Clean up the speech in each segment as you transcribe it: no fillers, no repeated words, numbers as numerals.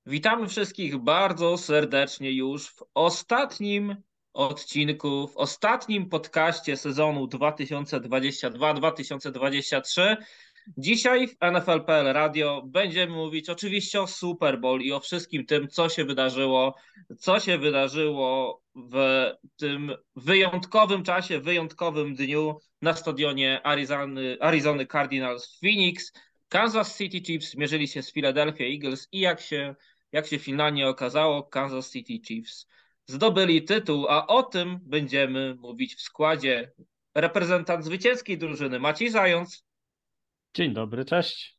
Witamy wszystkich bardzo serdecznie już w ostatnim odcinku, w ostatnim podcaście sezonu 2022-2023. Dzisiaj w NFL.pl Radio będziemy mówić oczywiście o Super Bowl i o wszystkim tym, co się wydarzyło w tym wyjątkowym czasie, wyjątkowym dniu na stadionie Arizony Cardinals w Phoenix. Kansas City Chiefs mierzyli się z Philadelphia Eagles i jak się finalnie okazało, Kansas City Chiefs zdobyli tytuł, a o tym będziemy mówić w składzie. Reprezentant zwycięskiej drużyny Maciej Zając, Dzień dobry, cześć.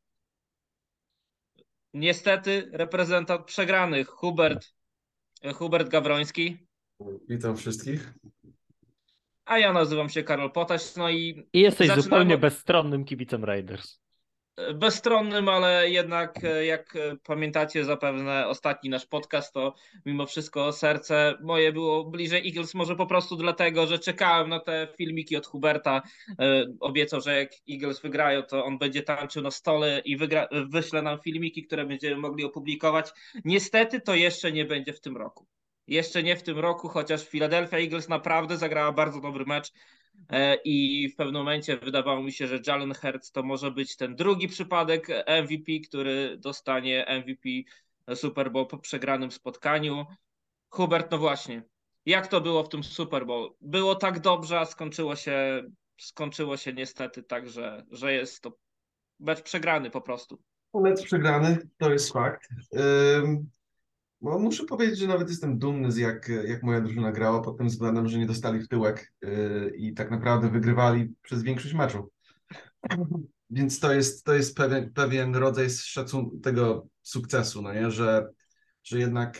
niestety reprezentant przegranych Hubert Gawroński, Witam wszystkich. a ja nazywam się Karol Potaś, no i I jesteś zaczynamy zupełnie bezstronnym kibicem Raiders. bezstronnym, ale jednak jak pamiętacie zapewne ostatni nasz podcast, to mimo wszystko serce moje było bliżej Eagles, może po prostu dlatego, że czekałem na te filmiki od Huberta. Obiecał, że jak Eagles wygrają, to on będzie tańczył na stole i wyśle nam filmiki, które będziemy mogli opublikować. Niestety to jeszcze nie będzie w tym roku. Jeszcze nie w tym roku, chociaż Philadelphia Eagles naprawdę zagrała bardzo dobry mecz. I w pewnym momencie wydawało mi się, że Jalen Hurts to może być ten drugi przypadek MVP, który dostanie MVP Super Bowl po przegranym spotkaniu. Hubert, no właśnie, jak to było w tym Super Bowl? Było tak dobrze, a skończyło się niestety tak, że jest to mecz przegrany po prostu. Mecz przegrany, to jest fakt. No, muszę powiedzieć, że nawet jestem dumny z jak moja drużyna grała pod tym względem, że nie dostali w tyłek i tak naprawdę wygrywali przez większość meczu. Więc to jest pewien rodzaj tego sukcesu, no nie? Że jednak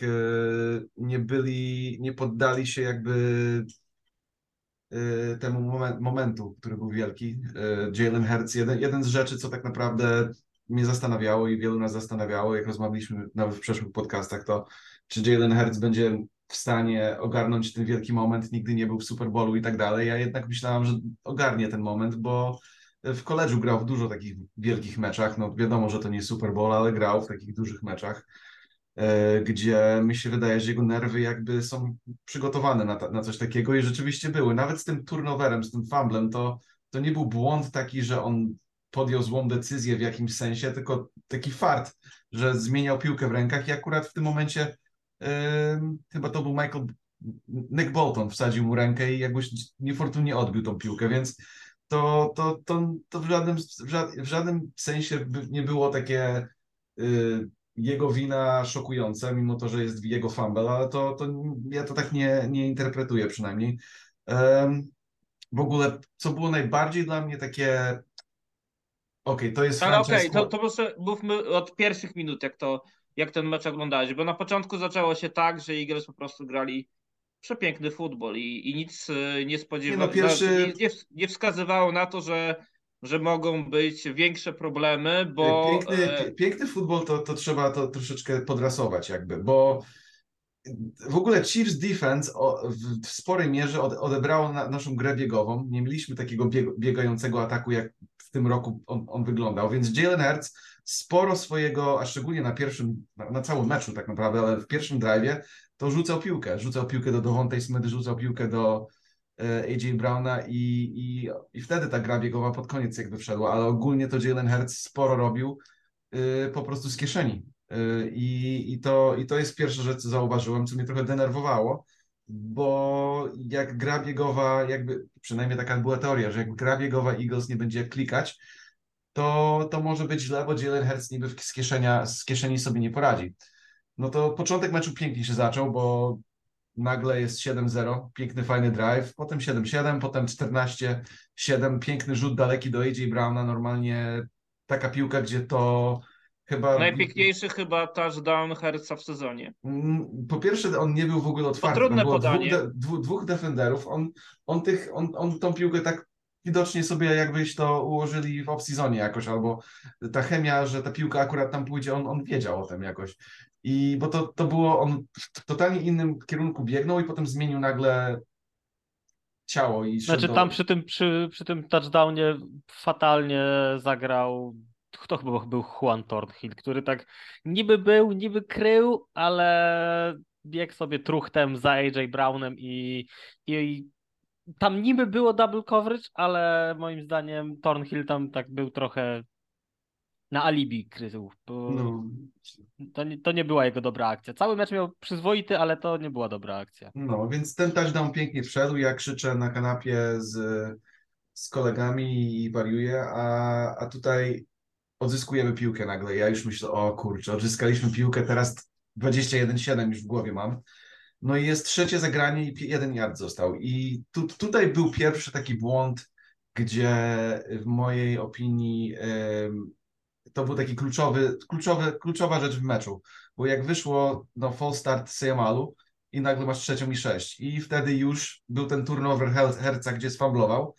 nie poddali się jakby temu momentu, który był wielki. Jalen Hurts, jeden z rzeczy, co tak naprawdę mnie zastanawiało i wielu nas zastanawiało, jak rozmawialiśmy nawet w przeszłych podcastach, to czy Jalen Hurts będzie w stanie ogarnąć ten wielki moment, nigdy nie był w Super Bowlu i tak dalej. Ja jednak myślałem, że ogarnie ten moment, bo w koledżu grał w dużo takich wielkich meczach. No wiadomo, że to nie jest Super Bowl, ale grał w takich dużych meczach, gdzie mi się wydaje, że jego nerwy jakby są przygotowane na coś takiego i rzeczywiście były. Nawet z tym turnoverem, z tym fumblem, to nie był błąd taki, że on podjął złą decyzję w jakimś sensie, tylko taki fart, że zmieniał piłkę w rękach i akurat w tym momencie chyba to był Nick Bolton wsadził mu rękę i jakbyś niefortunnie odbił tą piłkę, więc to w żadnym sensie nie było takie jego wina szokujące, mimo to, że jest jego fumble, ale to ja to tak nie interpretuję przynajmniej. W ogóle, co było najbardziej dla mnie takie, to jest Ale franchise. okej, to może mówmy od pierwszych minut, jak ten mecz oglądałeś, bo na początku zaczęło się tak, że Eagles po prostu grali przepiękny futbol i nic nie Nie no, znaczy nie wskazywało na to, że mogą być większe problemy, bo piękny futbol to trzeba to troszeczkę podrasować jakby, bo w ogóle Chiefs defense w sporej mierze odebrało naszą grę biegową. Nie mieliśmy takiego biegającego ataku, jak w tym roku on wyglądał, więc Jalen Hurts sporo swojego, a szczególnie na całym meczu tak naprawdę, ale w pierwszym drive'ie, to rzucał piłkę do Devontae Smith, rzucał piłkę do AJ Browna i wtedy ta gra biegowa pod koniec jakby wszedła, ale ogólnie to Jalen Hurts sporo robił po prostu z kieszeni. I to jest pierwsza rzecz, co zauważyłem, co mnie trochę denerwowało, bo jak gra biegowa, jakby przynajmniej taka była teoria, że jak gra biegowa Eagles nie będzie klikać, to może być źle, bo Jalen Hurts niby z kieszeni sobie nie poradzi. No to początek meczu pięknie się zaczął, bo nagle jest 7-0, piękny, fajny drive, potem 7-7, potem 14-7, piękny rzut daleki do AJ Browna, normalnie taka piłka, gdzie to chyba. najpiękniejszy chyba touchdown Herca w sezonie. Po pierwsze, on nie był w ogóle To otwarty. Tam trudne było podanie. dwóch defenderów. On tą piłkę tak widocznie sobie jakbyś to ułożyli w off-seasonie jakoś, albo ta chemia, że ta piłka akurat tam pójdzie, on wiedział o tym jakoś. Bo to było, on w totalnie innym kierunku biegnął i potem zmienił nagle ciało i szedł Znaczy tam przy tym touchdownie fatalnie zagrał to chyba był Juan Thornhill, który tak niby krył, ale biegł sobie truchtem za AJ Brownem i tam niby było double coverage, ale moim zdaniem Thornhill tam tak był trochę na alibi krył, bo No, to nie była jego dobra akcja. Cały mecz miał przyzwoity, ale to nie była dobra akcja. no, więc ten touchdown pięknie wszedł. Ja krzyczę na kanapie z kolegami i wariuję, a tutaj odzyskujemy piłkę nagle. Ja już myślę, o kurczę, odzyskaliśmy piłkę, teraz 21-7 już w głowie mam. No i jest trzecie zagranie i 1 yard został. I tutaj był pierwszy taki błąd, gdzie w mojej opinii to był taki kluczowa rzecz w meczu. Bo jak wyszło no, false start Sejamalu i nagle masz 3. i 6. I wtedy już był ten turnover Herca, gdzie sfumblował.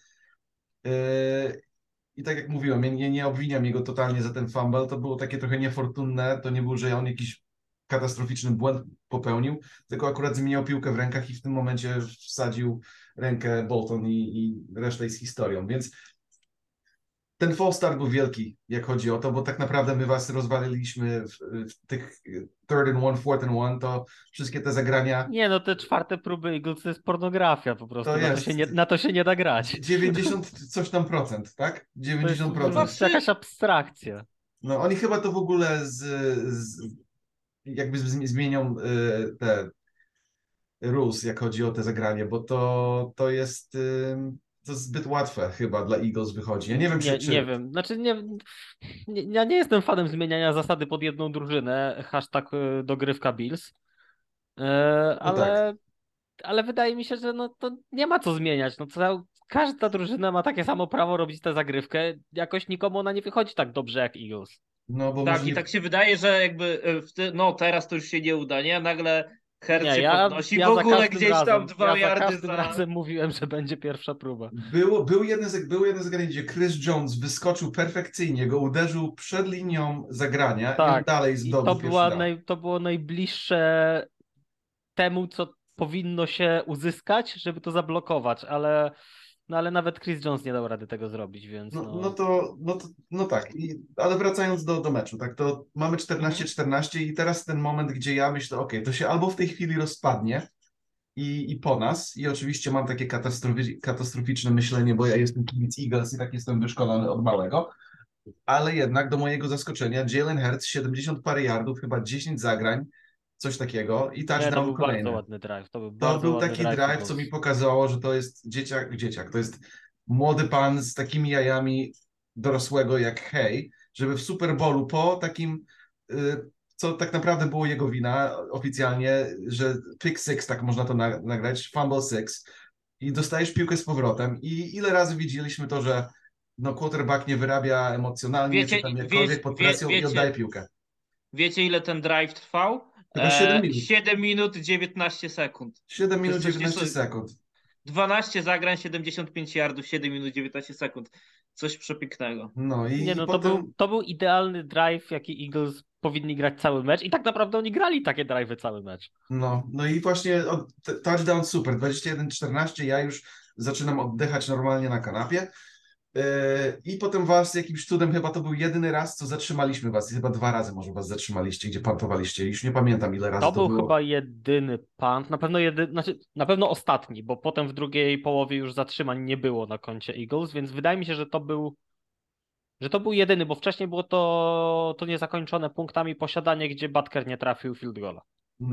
I tak jak mówiłem, ja nie obwiniam jego totalnie za ten fumble, to było takie trochę niefortunne, to nie było, że on jakiś katastroficzny błąd popełnił, tylko akurat zmieniał piłkę w rękach i w tym momencie wsadził rękę Bolton i reszta jest historią, więc ten false start był wielki, jak chodzi o to, bo tak naprawdę my was rozwaliliśmy w tych 3rd and 1, 4th and 1, to wszystkie te zagrania Nie, no te czwarte próby Eagles to jest pornografia po prostu. to Na to się nie da grać. 90 coś tam procent, tak? To jest 90%. jakaś abstrakcja. No oni chyba to w ogóle jakby zmienią te rules, jak chodzi o te zagranie, bo to jest to zbyt łatwe chyba dla Eagles wychodzi. Ja nie wiem, Nie wiem. Znaczy ja nie jestem fanem zmieniania zasady pod jedną drużynę. Hashtag dogrywka Bills. No tak. Ale wydaje mi się, że no to nie ma co zmieniać. No każda drużyna ma takie samo prawo robić tę zagrywkę. Jakoś nikomu ona nie wychodzi tak dobrze jak Eagles. No bo Tak, może i nie... tak się wydaje, że jakby no teraz to już się nie uda, nie? Nagle Hertz Nie, się podnosi, w za ogóle każdym gdzieś tam razem, 2 za yardy każdym za... razem mówiłem, że będzie pierwsza próba. Było jedno zagranie, gdzie Chris Jones wyskoczył perfekcyjnie, go uderzył przed linią zagrania i on Tak. dalej I zdobył pierwszy down. to było najbliższe temu, co powinno się uzyskać, żeby to zablokować, ale nawet Chris Jones nie dał rady tego zrobić, więc No tak, ale wracając do meczu, tak, to mamy Mhm. 14-14 i teraz ten moment, gdzie ja myślę, okej, to się albo w tej chwili rozpadnie i po nas, i oczywiście mam takie katastroficzne myślenie, bo ja jestem kibic Eagles i tak jestem wyszkolony od małego, ale jednak do mojego zaskoczenia Jalen Hurts 70 parę yardów, chyba 10 zagrań, coś takiego i nie, to touchdown był bardzo kolejny. ładny drive. To był To bardzo był ładny taki drive drive, co mi pokazało, że to jest dzieciak, to jest młody pan z takimi jajami dorosłego jak Hay, żeby w Super Bowlu po takim, co tak naprawdę było jego wina oficjalnie, że pick six, tak można to nagrać, fumble six i dostajesz piłkę z powrotem i ile razy widzieliśmy to, że no quarterback nie wyrabia emocjonalnie, czy Wiecie, tam jakkolwiek pod presją i oddaje piłkę. wiecie ile ten drive trwał? Chyba 7 minut. 7 minut 19 sekund. 7 To minut jest coś 19 sekund. 12 zagrań, 75 yardów, 7 minut 19 sekund. Coś przepięknego. No Nie i no, potem... to był idealny drive, jaki Eagles powinni grać cały mecz i tak naprawdę oni grali takie drive'y cały mecz. No i właśnie touchdown super, 21-14, ja już zaczynam oddychać normalnie na kanapie i potem was jakimś cudem, chyba to był jedyny raz, co zatrzymaliśmy was, chyba 2 razy może was zatrzymaliście, gdzie pantowaliście, już nie pamiętam ile razy To był było. chyba jedyny punt, na pewno ostatni, bo potem w drugiej połowie już zatrzymań nie było na koncie Eagles, więc wydaje mi się, że to był jedyny, bo wcześniej było to niezakończone punktami posiadanie, gdzie Butker nie trafił field goala.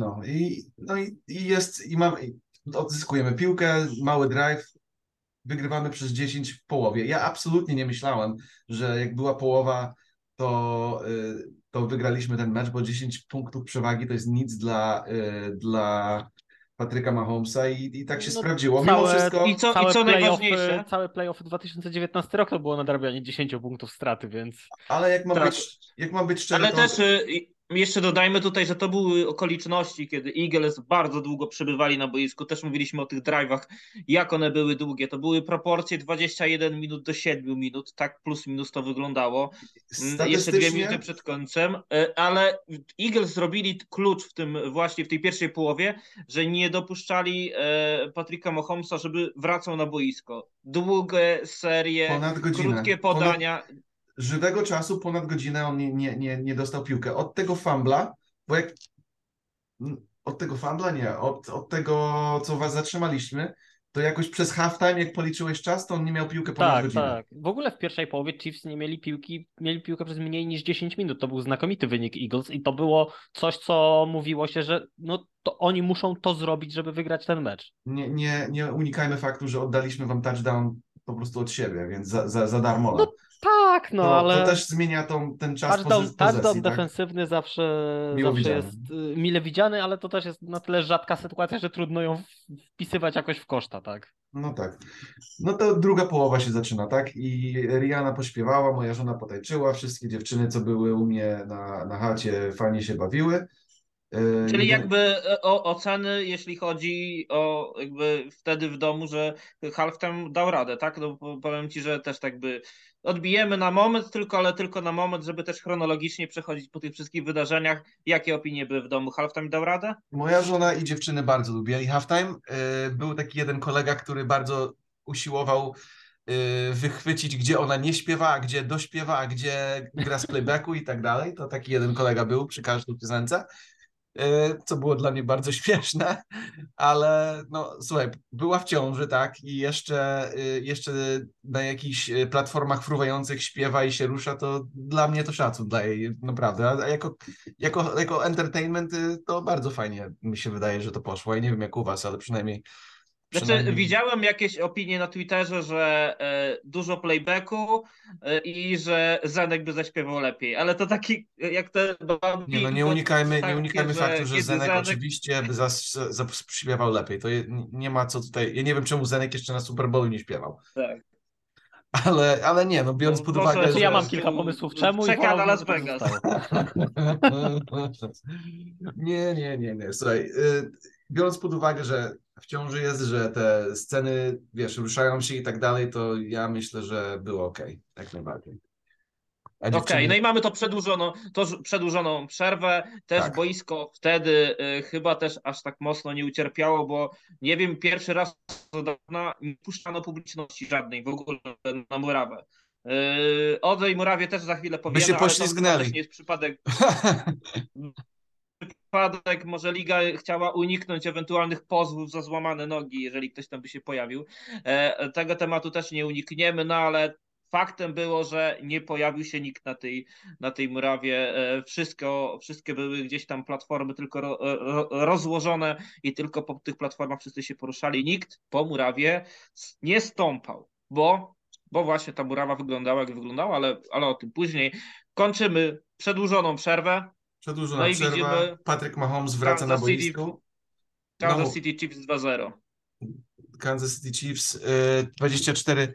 Odzyskujemy piłkę, mały drive, wygrywamy przez 10 w połowie. Ja absolutnie nie myślałem, że jak była połowa, to wygraliśmy ten mecz, bo 10 punktów przewagi to jest nic dla Patryka Mahomesa i tak się sprawdziło. Mimo wszystko... I co najważniejsze? Całe playoffy 2019 rok to było nadrabianie 10 punktów straty, więc... Ale Tak. jak mam być szczery, Ale to... też jeszcze dodajmy tutaj, że to były okoliczności, kiedy Eagles bardzo długo przebywali na boisku. Też mówiliśmy o tych drive'ach, jak one były długie. To były proporcje 21 minut do 7 minut, tak plus minus to wyglądało. Jeszcze 2 minuty przed końcem, ale Eagles zrobili klucz właśnie w tej pierwszej połowie, że nie dopuszczali Patryka Mahomesa, żeby wracał na boisko. Długie serie, Ponad godzinę. krótkie podania. żywego czasu ponad godzinę on nie dostał piłkę. Od tego fumbla, bo jak od tego fumbla nie, od tego, co was zatrzymaliśmy, to jakoś przez halftime, jak policzyłeś czas, to on nie miał piłkę ponad Tak, godzinę. tak. W ogóle w pierwszej połowie Chiefs nie mieli piłki, mieli piłkę przez mniej niż 10 minut. To był znakomity wynik Eagles i to było coś, co mówiło się, że no to oni muszą to zrobić, żeby wygrać ten mecz. Nie unikajmy faktu, że oddaliśmy wam touchdown po prostu od siebie, więc za darmo. No tak, no To ale też zmienia ten czas touchdown pozycji, tak? defensywny Miło zawsze widziany. jest mile widziany, ale to też jest na tyle rzadka sytuacja, że trudno ją wpisywać jakoś w koszta, tak? No tak. No to druga połowa się zaczyna, tak? I Rihanna pośpiewała, moja żona potańczyła, wszystkie dziewczyny, co były u mnie na chacie, fajnie się bawiły. Czyli jakby oceny, jeśli chodzi o jakby wtedy w domu, że halftime dał radę, tak? No, powiem ci, że też tak by odbijemy na moment tylko, ale tylko na moment, żeby też chronologicznie przechodzić po tych wszystkich wydarzeniach. Jakie opinie były w domu? Halftime dał radę? Moja żona i dziewczyny bardzo lubieli halftime. Był taki jeden kolega, który bardzo usiłował wychwycić, gdzie ona nie śpiewa, a gdzie dośpiewa, a gdzie gra z playbacku i tak dalej. To taki jeden kolega był przy każdej piosence, co było dla mnie bardzo śmieszne, ale no słuchaj, była w ciąży, tak, i jeszcze na jakichś platformach fruwających śpiewa i się rusza, to dla mnie to szacun dla jej, naprawdę. A jako entertainment to bardzo fajnie mi się wydaje, że to poszło. Ja nie wiem jak u was, ale Znaczy, przynajmniej widziałem jakieś opinie na Twitterze, że dużo playbacku i że Zenek by zaśpiewał lepiej, ale to taki, jak te nie, no babi, nie unikajmy że faktu, że kiedy Zenek Zenek... oczywiście by śpiewał lepiej. Nie ma co tutaj. Ja nie wiem, czemu Zenek jeszcze na Super Bowlu nie śpiewał. Tak. Ale nie, no biorąc No, pod może uwagę, Znaczy ja że mam kilka pomysłów czemu i czeka na wolałbym, Las żeby tak Vegas. zostało. Nie. Słuchaj, biorąc pod uwagę, że w ciąży jest, że te sceny, wiesz, ruszają się i tak dalej, to ja myślę, że było okej, jak najbardziej. A Okej, dziewczyny, no i mamy przedłużoną przerwę. Też tak. boisko wtedy chyba też aż tak mocno nie ucierpiało, bo nie wiem, pierwszy raz od dawna nie puszczano publiczności żadnej w ogóle na murawę. O tej murawie też za chwilę By się powiemy, ale to chyba też poślizgnęli. nie jest przypadek. Może liga chciała uniknąć ewentualnych pozwów za złamane nogi, jeżeli ktoś tam by się pojawił. Tego tematu też nie unikniemy, no ale faktem było, że nie pojawił się nikt na tej murawie. Wszystkie były gdzieś tam platformy tylko rozłożone i tylko po tych platformach wszyscy się poruszali. Nikt po murawie nie stąpał, bo właśnie ta murawa wyglądała jak wyglądała, ale o tym później. Kończymy przedłużoną przerwę. No Przedłużona i przerwa. widzimy Patrick Mahomes wraca na Kansas City, boisko. Kansas Znowu City Chiefs 2-0. Kansas City Chiefs 24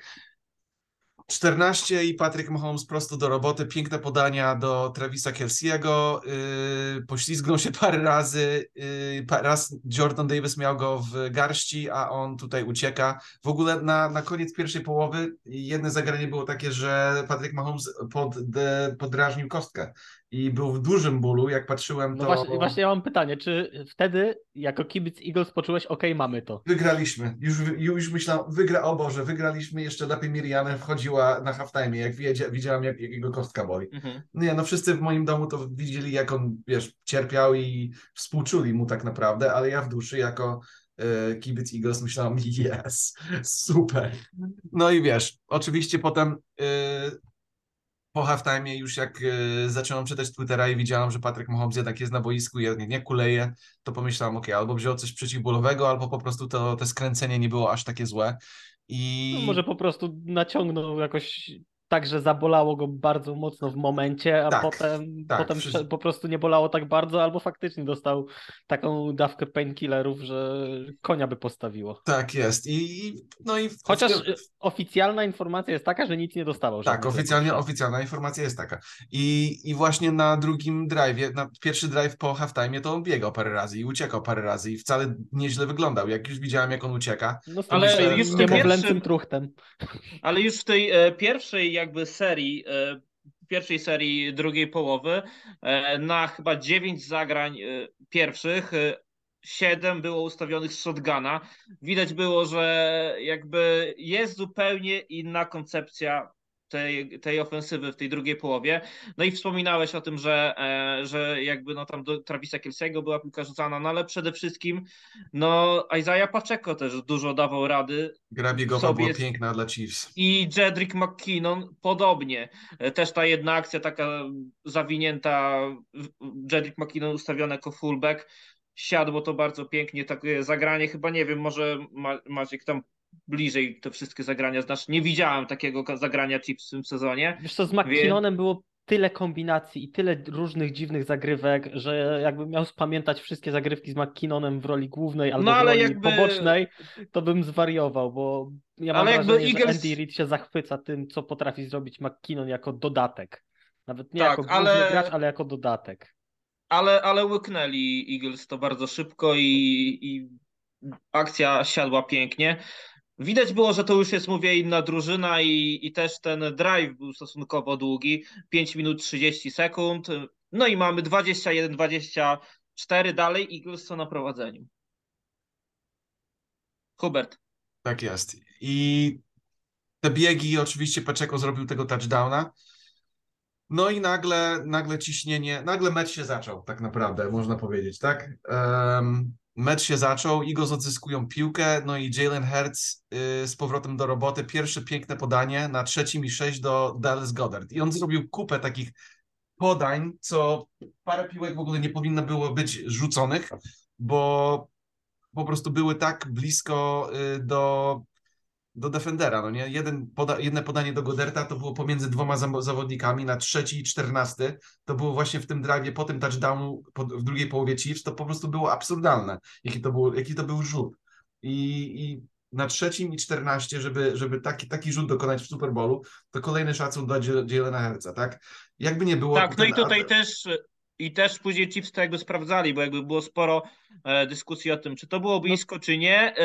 14 i Patrick Mahomes prosto do roboty. Piękne podania do Travisa Kelce'ego. Poślizgnął się parę razy. Raz Jordan Davis miał go w garści, a on tutaj ucieka. W ogóle na koniec pierwszej połowy jedno zagranie było takie, że Patrick Mahomes podrażnił kostkę i był w dużym bólu. Jak patrzyłem, No to właśnie ja mam pytanie, czy wtedy jako kibic Eagles poczułeś, okej, mamy to? wygraliśmy. Już myślałem, o Boże, wygraliśmy. Jeszcze lepiej Miriam wchodziła na halftime, jak widziałam, jak jego kostka boli. Mhm. Nie, no wszyscy w moim domu to widzieli, jak on, wiesz, cierpiał i współczuli mu tak naprawdę, ale ja w duszy jako kibic Eagles myślałem, yes, super. No i wiesz, oczywiście potem po halftime już jak zacząłem czytać Twittera i widziałem, że Patrick Mahomes jednak jest na boisku i nie kuleje, to pomyślałem, okej, albo wziął coś przeciwbólowego, albo po prostu to skręcenie nie było aż takie złe. No I może po prostu naciągnął jakoś tak, że zabolało go bardzo mocno w momencie, a tak, potem po prostu nie bolało tak bardzo, albo faktycznie dostał taką dawkę painkillerów, że konia by postawiło. tak jest. No i Chociaż oficjalna informacja jest taka, że nic nie dostawał. tak, żadnych leków. oficjalna informacja jest taka. I właśnie na drugim drive'ie, na pierwszy drive po halftime, to on biegał parę razy i uciekał parę razy i wcale nieźle wyglądał. Jak już widziałem, jak on ucieka. No z Ale tym już w tym niemowlęcym pierwszym- truchtem. Ale już w tej pierwszej jakby serii drugiej połowy na chyba 9 zagrań pierwszych 7 było ustawionych z shotguna. Widać było, że jakby jest zupełnie inna koncepcja tej ofensywy w tej drugiej połowie. No i wspominałeś o tym, że jakby no tam do Travisa Kelce'ego była piłka rzucana, no ale przede wszystkim no Isaiah Pacheco też dużo dawał rady Gra biegowa była sobie piękna dla Chiefs. i Jedrick McKinnon podobnie. Też ta jedna akcja taka zawinięta, Jedrick McKinnon ustawiony jako fullback, siadło to bardzo pięknie, takie zagranie, chyba nie wiem, może Maciek tam bliżej te wszystkie zagrania znasz. Nie widziałem takiego zagrania Chiefs w tym sezonie. Wiesz co, z McKinnonem było tyle kombinacji i tyle różnych dziwnych zagrywek, że jakbym miał spamiętać wszystkie zagrywki z McKinnonem w roli głównej albo No w ale roli jakby, pobocznej, to bym zwariował, bo ja mam ale jakby wrażenie, że Eagles, Andy Reid się zachwyca tym, co potrafi zrobić McKinnon jako dodatek. Nawet nie tak, jako główny gracz, ale jako dodatek. ale łyknęli Eagles to bardzo szybko i akcja siadła pięknie. Widać było, że to już jest, mówię, inna drużyna i też ten drive był stosunkowo długi, 5 minut 30 sekund, no i mamy 21-24 dalej, Eagles są na prowadzeniu. Hubert. Tak jest. I te biegi, oczywiście Pacheco zrobił tego touchdowna. No i nagle ciśnienie, nagle mecz się zaczął, tak naprawdę, można powiedzieć, tak? Mecz się zaczął, Eagles odzyskują piłkę, no i Jalen Hurts z powrotem do roboty. Pierwsze piękne podanie na 3. i 6 do Dallas Goedert. I on zrobił kupę takich podań, co parę piłek w ogóle nie powinno było być rzuconych, bo po prostu były tak blisko do defendera, no nie? Jedne podanie do Goederta to było pomiędzy dwoma zawodnikami na 3. i 14. To było właśnie w tym drive'ie po tym touchdownu w drugiej połowie Chiefs. To po prostu było absurdalne, jaki to był rzut. I na 3. i 14, żeby taki rzut dokonać w Super Bowlu, to kolejny szacun dla Jalena Hurtsa, tak? Jakby nie było... Tak, no i tutaj też później Chiefs to jakby sprawdzali, bo jakby było sporo dyskusji o tym, czy to było blisko, czy nie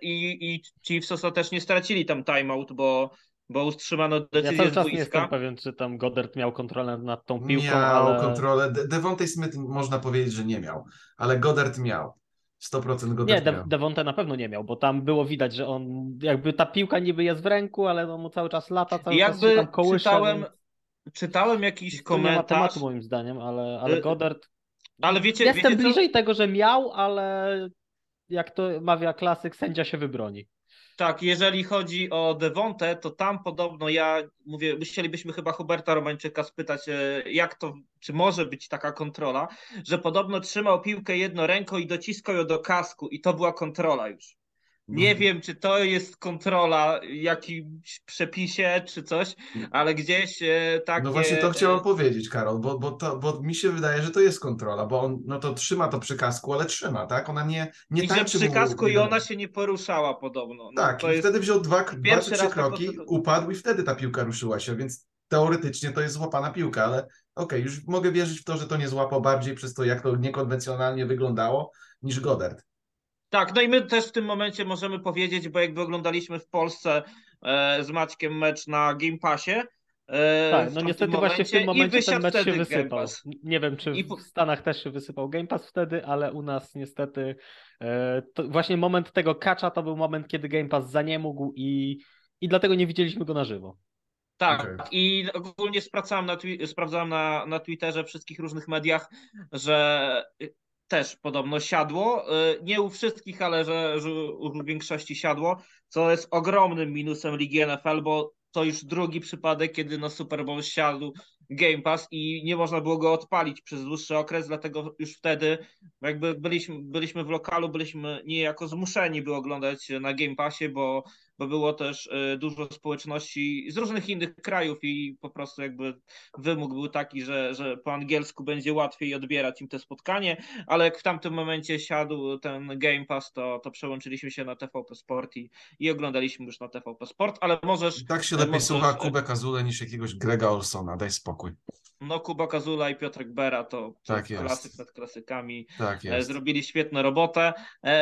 i Chiefs ostatecznie stracili tam timeout, bo utrzymano decyzję Ja cały z czas nie jestem boiska. pewien, czy tam Goddard miał kontrolę nad tą piłką, Miał ale... kontrolę. Devontae Smith można powiedzieć, że nie miał, ale Goddard miał. 100% Goddard Nie, miał. Devonte na pewno nie miał, bo tam było widać, że on jakby ta piłka niby jest w ręku, ale on mu cały czas lata, cały czas się tam Jakby kołysze, więc czytałem jakiś tu nie ma tematu komentarz, moim zdaniem, ale Goddard... ale wiecie Jestem co? bliżej tego, że miał, ale jak to mawia klasyk, sędzia się wybroni. Tak, jeżeli chodzi o Devonte, to tam podobno ja mówię, chcielibyśmy chyba Huberta Romańczyka spytać, jak to, czy może być taka kontrola, że podobno trzymał piłkę jedną ręką i dociskał ją do kasku i to była kontrola już. Nie wiem, czy to jest kontrola w jakimś przepisie czy coś, ale gdzieś takie... No właśnie to chciałem powiedzieć, Karol, bo mi się wydaje, że to jest kontrola, bo on no to trzyma to przy kasku, ale trzyma, tak? Ona nie I że tańczy przy mu kasku i jeden- ona się nie poruszała podobno. No, Tak, to i jest wtedy wziął dwa pierwszy czy trzy raz kroki, tak upadł i wtedy ta piłka ruszyła się, więc teoretycznie to jest złapana piłka, ale okej, już mogę wierzyć w to, że to nie złapał bardziej przez to, jak to niekonwencjonalnie wyglądało niż Goddard. Tak, no i my też w tym momencie możemy powiedzieć, bo jakby oglądaliśmy w Polsce z Maćkiem mecz na Game Passie Tak, w no tamtym niestety właśnie w tym i momencie ten wysiadł mecz się wtedy Game wysypał. Pass. Nie wiem, czy I w Stanach też się wysypał Game Pass wtedy, ale u nas niestety to właśnie moment tego catcha to był moment, kiedy Game Pass zaniemógł i dlatego nie widzieliśmy go na żywo. tak, Okej. i ogólnie sprawdzałem na Twitterze, wszystkich różnych mediach, że też podobno siadło. Nie u wszystkich, ale że u większości siadło, co jest ogromnym minusem ligi NFL, bo to już drugi przypadek, kiedy na Super Bowl siadł Game Pass i nie można było go odpalić przez dłuższy okres, dlatego już wtedy jakby byliśmy w lokalu, byliśmy niejako zmuszeni, by oglądać na Game Passie, bo było też dużo społeczności z różnych innych krajów i po prostu jakby wymóg był taki, że po angielsku będzie łatwiej odbierać im te spotkanie, ale jak w tamtym momencie siadł ten Game Pass, to przełączyliśmy się na TVP Sport i oglądaliśmy już na TVP Sport, ale możesz... I tak się lepiej możesz, słucha Kubę Kazule niż jakiegoś Grega Olsona, daj spokój. No Kuba Kazula i Piotrek Bera to Tak jest. klasyk nad klasykami. Tak jest. Zrobili świetną robotę.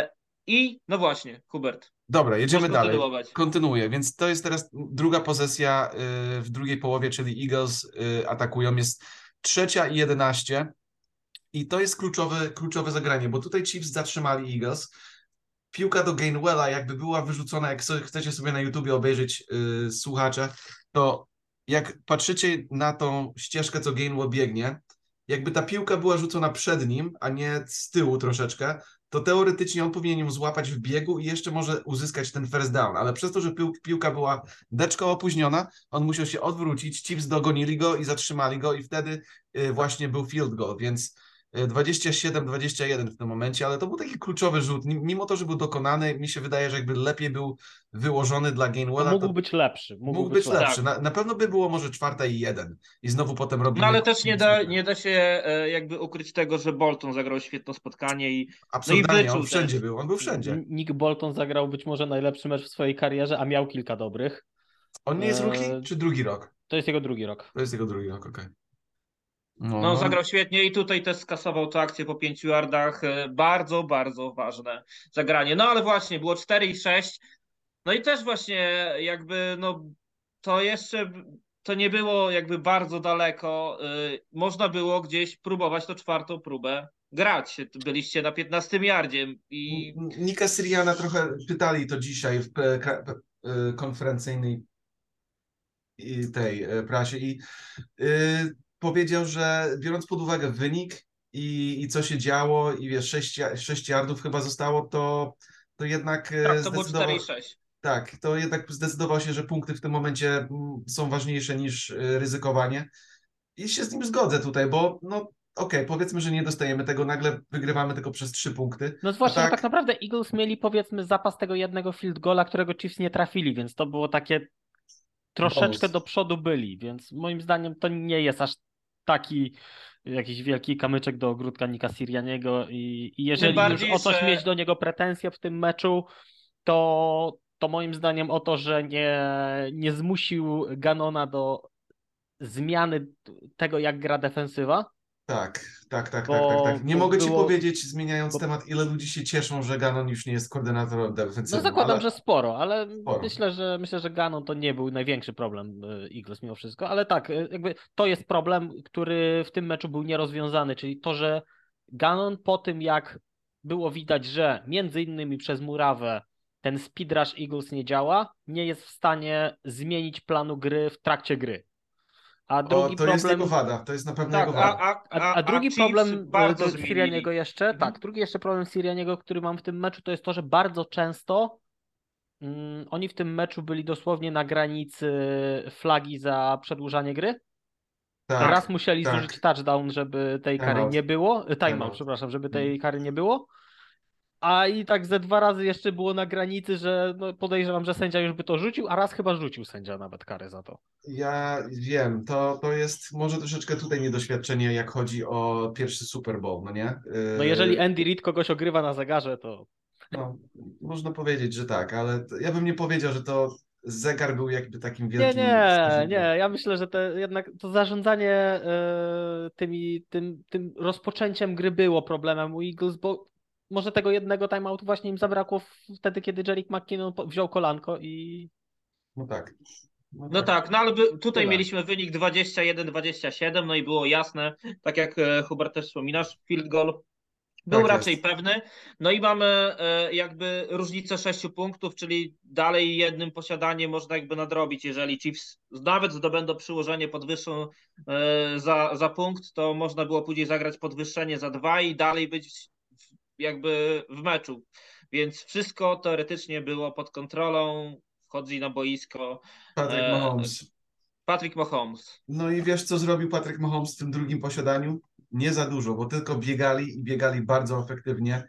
I no właśnie, Hubert. Dobra, jedziemy Możesz dalej. kontynuować. Kontynuuję, więc to jest teraz druga pozycja w drugiej połowie, czyli Eagles atakują. Jest 3. i 11 i to jest kluczowe zagranie, bo tutaj Chiefs zatrzymali Eagles. Piłka do Gainwella jakby była wyrzucona, jak chcecie sobie na YouTubie obejrzeć słuchacze, to jak patrzycie na tą ścieżkę, co Gainwell biegnie, jakby ta piłka była rzucona przed nim, a nie z tyłu troszeczkę, to teoretycznie on powinien ją złapać w biegu i jeszcze może uzyskać ten first down, ale przez to, że piłka była deczką opóźniona, on musiał się odwrócić, Chiefs dogonili go i zatrzymali go i wtedy właśnie był field goal, więc 27-21 w tym momencie, ale to był taki kluczowy rzut. Mimo to, że był dokonany, mi się wydaje, że jakby lepiej był wyłożony dla No Gainwella, mógł to być lepszy. mógł być lepszy. Tak. Na pewno by było może 4:1 i znowu potem No robimy ale też optymistyczne. nie da się jakby ukryć tego, że Bolton zagrał świetne spotkanie i no i Absurdalnie, on wyczuł wszędzie też. był, on był wszędzie. Nick Bolton zagrał być może najlepszy mecz w swojej karierze, a miał kilka dobrych. On nie jest rookie, czy drugi rok? To jest jego drugi rok. To jest jego drugi rok, okej. No, zagrał świetnie i tutaj też skasował tę akcję po 5 yardach. Bardzo, bardzo ważne zagranie. No ale właśnie, było 4-6. No i też właśnie jakby no to jeszcze to nie było jakby bardzo daleko. Można było gdzieś próbować tą czwartą próbę grać. Byliście na 15 yardzie i Nika Siriana trochę pytali to dzisiaj w konferencyjnej tej prasie i powiedział, że biorąc pod uwagę wynik i co się działo i wiesz, 6 yardów chyba zostało, to jednak tak, to było zdecydował. 4-6. Tak, to jednak zdecydował się, że punkty w tym momencie są ważniejsze niż ryzykowanie. I się z nim zgodzę tutaj, bo no okej, powiedzmy, że nie dostajemy tego, nagle wygrywamy tylko przez 3 punkty. No zwłaszcza, A że tak naprawdę Eagles mieli powiedzmy zapas tego jednego field goala, którego Chiefs nie trafili, więc to było takie troszeczkę bonus. do przodu byli, więc moim zdaniem to nie jest aż taki jakiś wielki kamyczek do ogródka Nika Sirianiego i Tym jeżeli już bardziej, o coś mieć że do niego pretensje w tym meczu, to moim zdaniem o to, że nie zmusił Gannona do zmiany tego, jak gra defensywa, Tak. Nie bo mogę ci było... powiedzieć, zmieniając Bo, temat, ile ludzi się cieszą, że Gannon już nie jest koordynatorem no defensywnym, zakładam, ale że sporo, ale sporo. myślę, że Gannon to nie był największy problem Eagles mimo wszystko, ale tak, jakby to jest problem, który w tym meczu był nierozwiązany, czyli to, że Gannon po tym, jak było widać, że między innymi przez murawę ten speed rush Eagles nie działa, nie jest w stanie zmienić planu gry w trakcie gry. A O, drugi to jest jego problem, wada, to jest na pewno jego tak, wada. a a drugi Chiefs problem bardzo zmienili. Sirianiego jeszcze, Mhm. tak, drugi jeszcze problem Sirianiego, który mam w tym meczu, to jest to, że bardzo często oni w tym meczu byli dosłownie na granicy flagi za przedłużanie gry. Raz Tak, musieli zużyć tak, touchdown, żeby tej kary timeout, nie było. Timeout, timeout. przepraszam, żeby Mm. tej kary nie było. A i tak ze 2 razy jeszcze było na granicy, że no podejrzewam, że sędzia już by to rzucił, a raz chyba rzucił sędzia nawet karę za to. Ja wiem, to jest może troszeczkę tutaj niedoświadczenie, jak chodzi o pierwszy Super Bowl, no nie? No jeżeli Andy Reid kogoś ogrywa na zegarze, to No, można powiedzieć, że tak, ale ja bym nie powiedział, że to zegar był jakby takim nie, wielkim wskaźnikiem. ja myślę, że jednak to zarządzanie tym rozpoczęciem gry było problemem u Eagles, bo może tego jednego timeoutu właśnie im zabrakło wtedy, kiedy Jerick McKinnon wziął kolanko i No tak. No No tak. tak, no ale tutaj Tyle. mieliśmy wynik 21-27, no i było jasne, tak jak Hubert też wspominasz, field goal był Tak raczej jest. pewny. No i mamy jakby różnicę 6 punktów, czyli dalej jednym posiadaniem można jakby nadrobić. Jeżeli Chiefs nawet zdobędą przyłożenie podwyższą za punkt, to można było później zagrać podwyższenie za 2 i dalej być jakby w meczu. Więc wszystko teoretycznie było pod kontrolą. Wchodzi na boisko Patrick e, Mahomes. Patrick Mahomes. No i wiesz, co zrobił Patrick Mahomes w tym drugim posiadaniu? Nie za dużo, bo tylko biegali i biegali bardzo efektywnie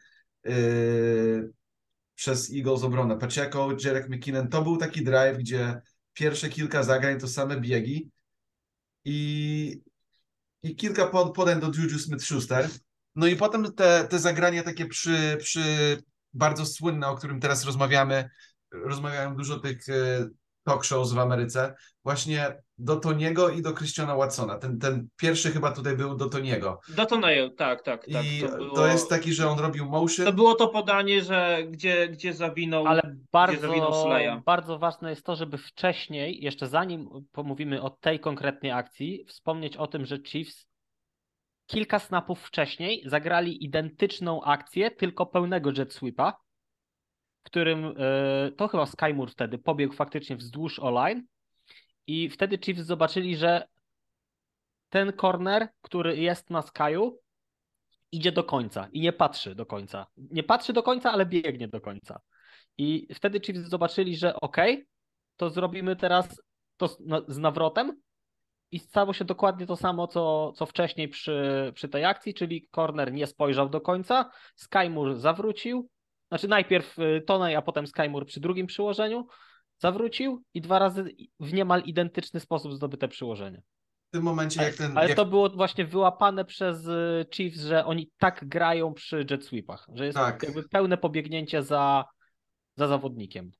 przez Eagles obronę. Pacheco, Jerick McKinnon, to był taki drive, gdzie pierwsze kilka zagrań to same biegi i kilka podań do Juju Smith-Schuster. No i potem te zagrania takie przy bardzo słynne, o którym teraz rozmawiają dużo tych talk shows w Ameryce, właśnie do Toniego i do Christiana Watsona. Ten pierwszy chyba tutaj był do Toniego. Do Toneju, tak. I to jest taki, że on robił To motion. było to podanie, że gdzie zawinął, ale gdzie zawinął Sleja. bardzo ważne jest to, żeby wcześniej, jeszcze zanim pomówimy o tej konkretnej akcji, wspomnieć o tym, że Chiefs kilka snapów wcześniej zagrali identyczną akcję, tylko pełnego jet sweepa, w którym to chyba Sky Moore wtedy pobiegł faktycznie wzdłuż O-line i wtedy Chiefs zobaczyli, że ten corner, który jest na Skyu, idzie do końca i nie patrzy do końca. Nie patrzy do końca, ale biegnie do końca. I wtedy Chiefs zobaczyli, że okej, to zrobimy teraz to z nawrotem i stało się dokładnie to samo, co wcześniej przy tej akcji, czyli corner nie spojrzał do końca, Sky Moore zawrócił, znaczy najpierw Toney, a potem Sky Moore przy drugim przyłożeniu zawrócił i 2 razy w niemal identyczny sposób zdobyte przyłożenie. W tym momencie Ale to było właśnie wyłapane przez Chiefs, że oni tak grają przy jet sweepach, że jest Tak. jakby pełne pobiegnięcie za zawodnikiem.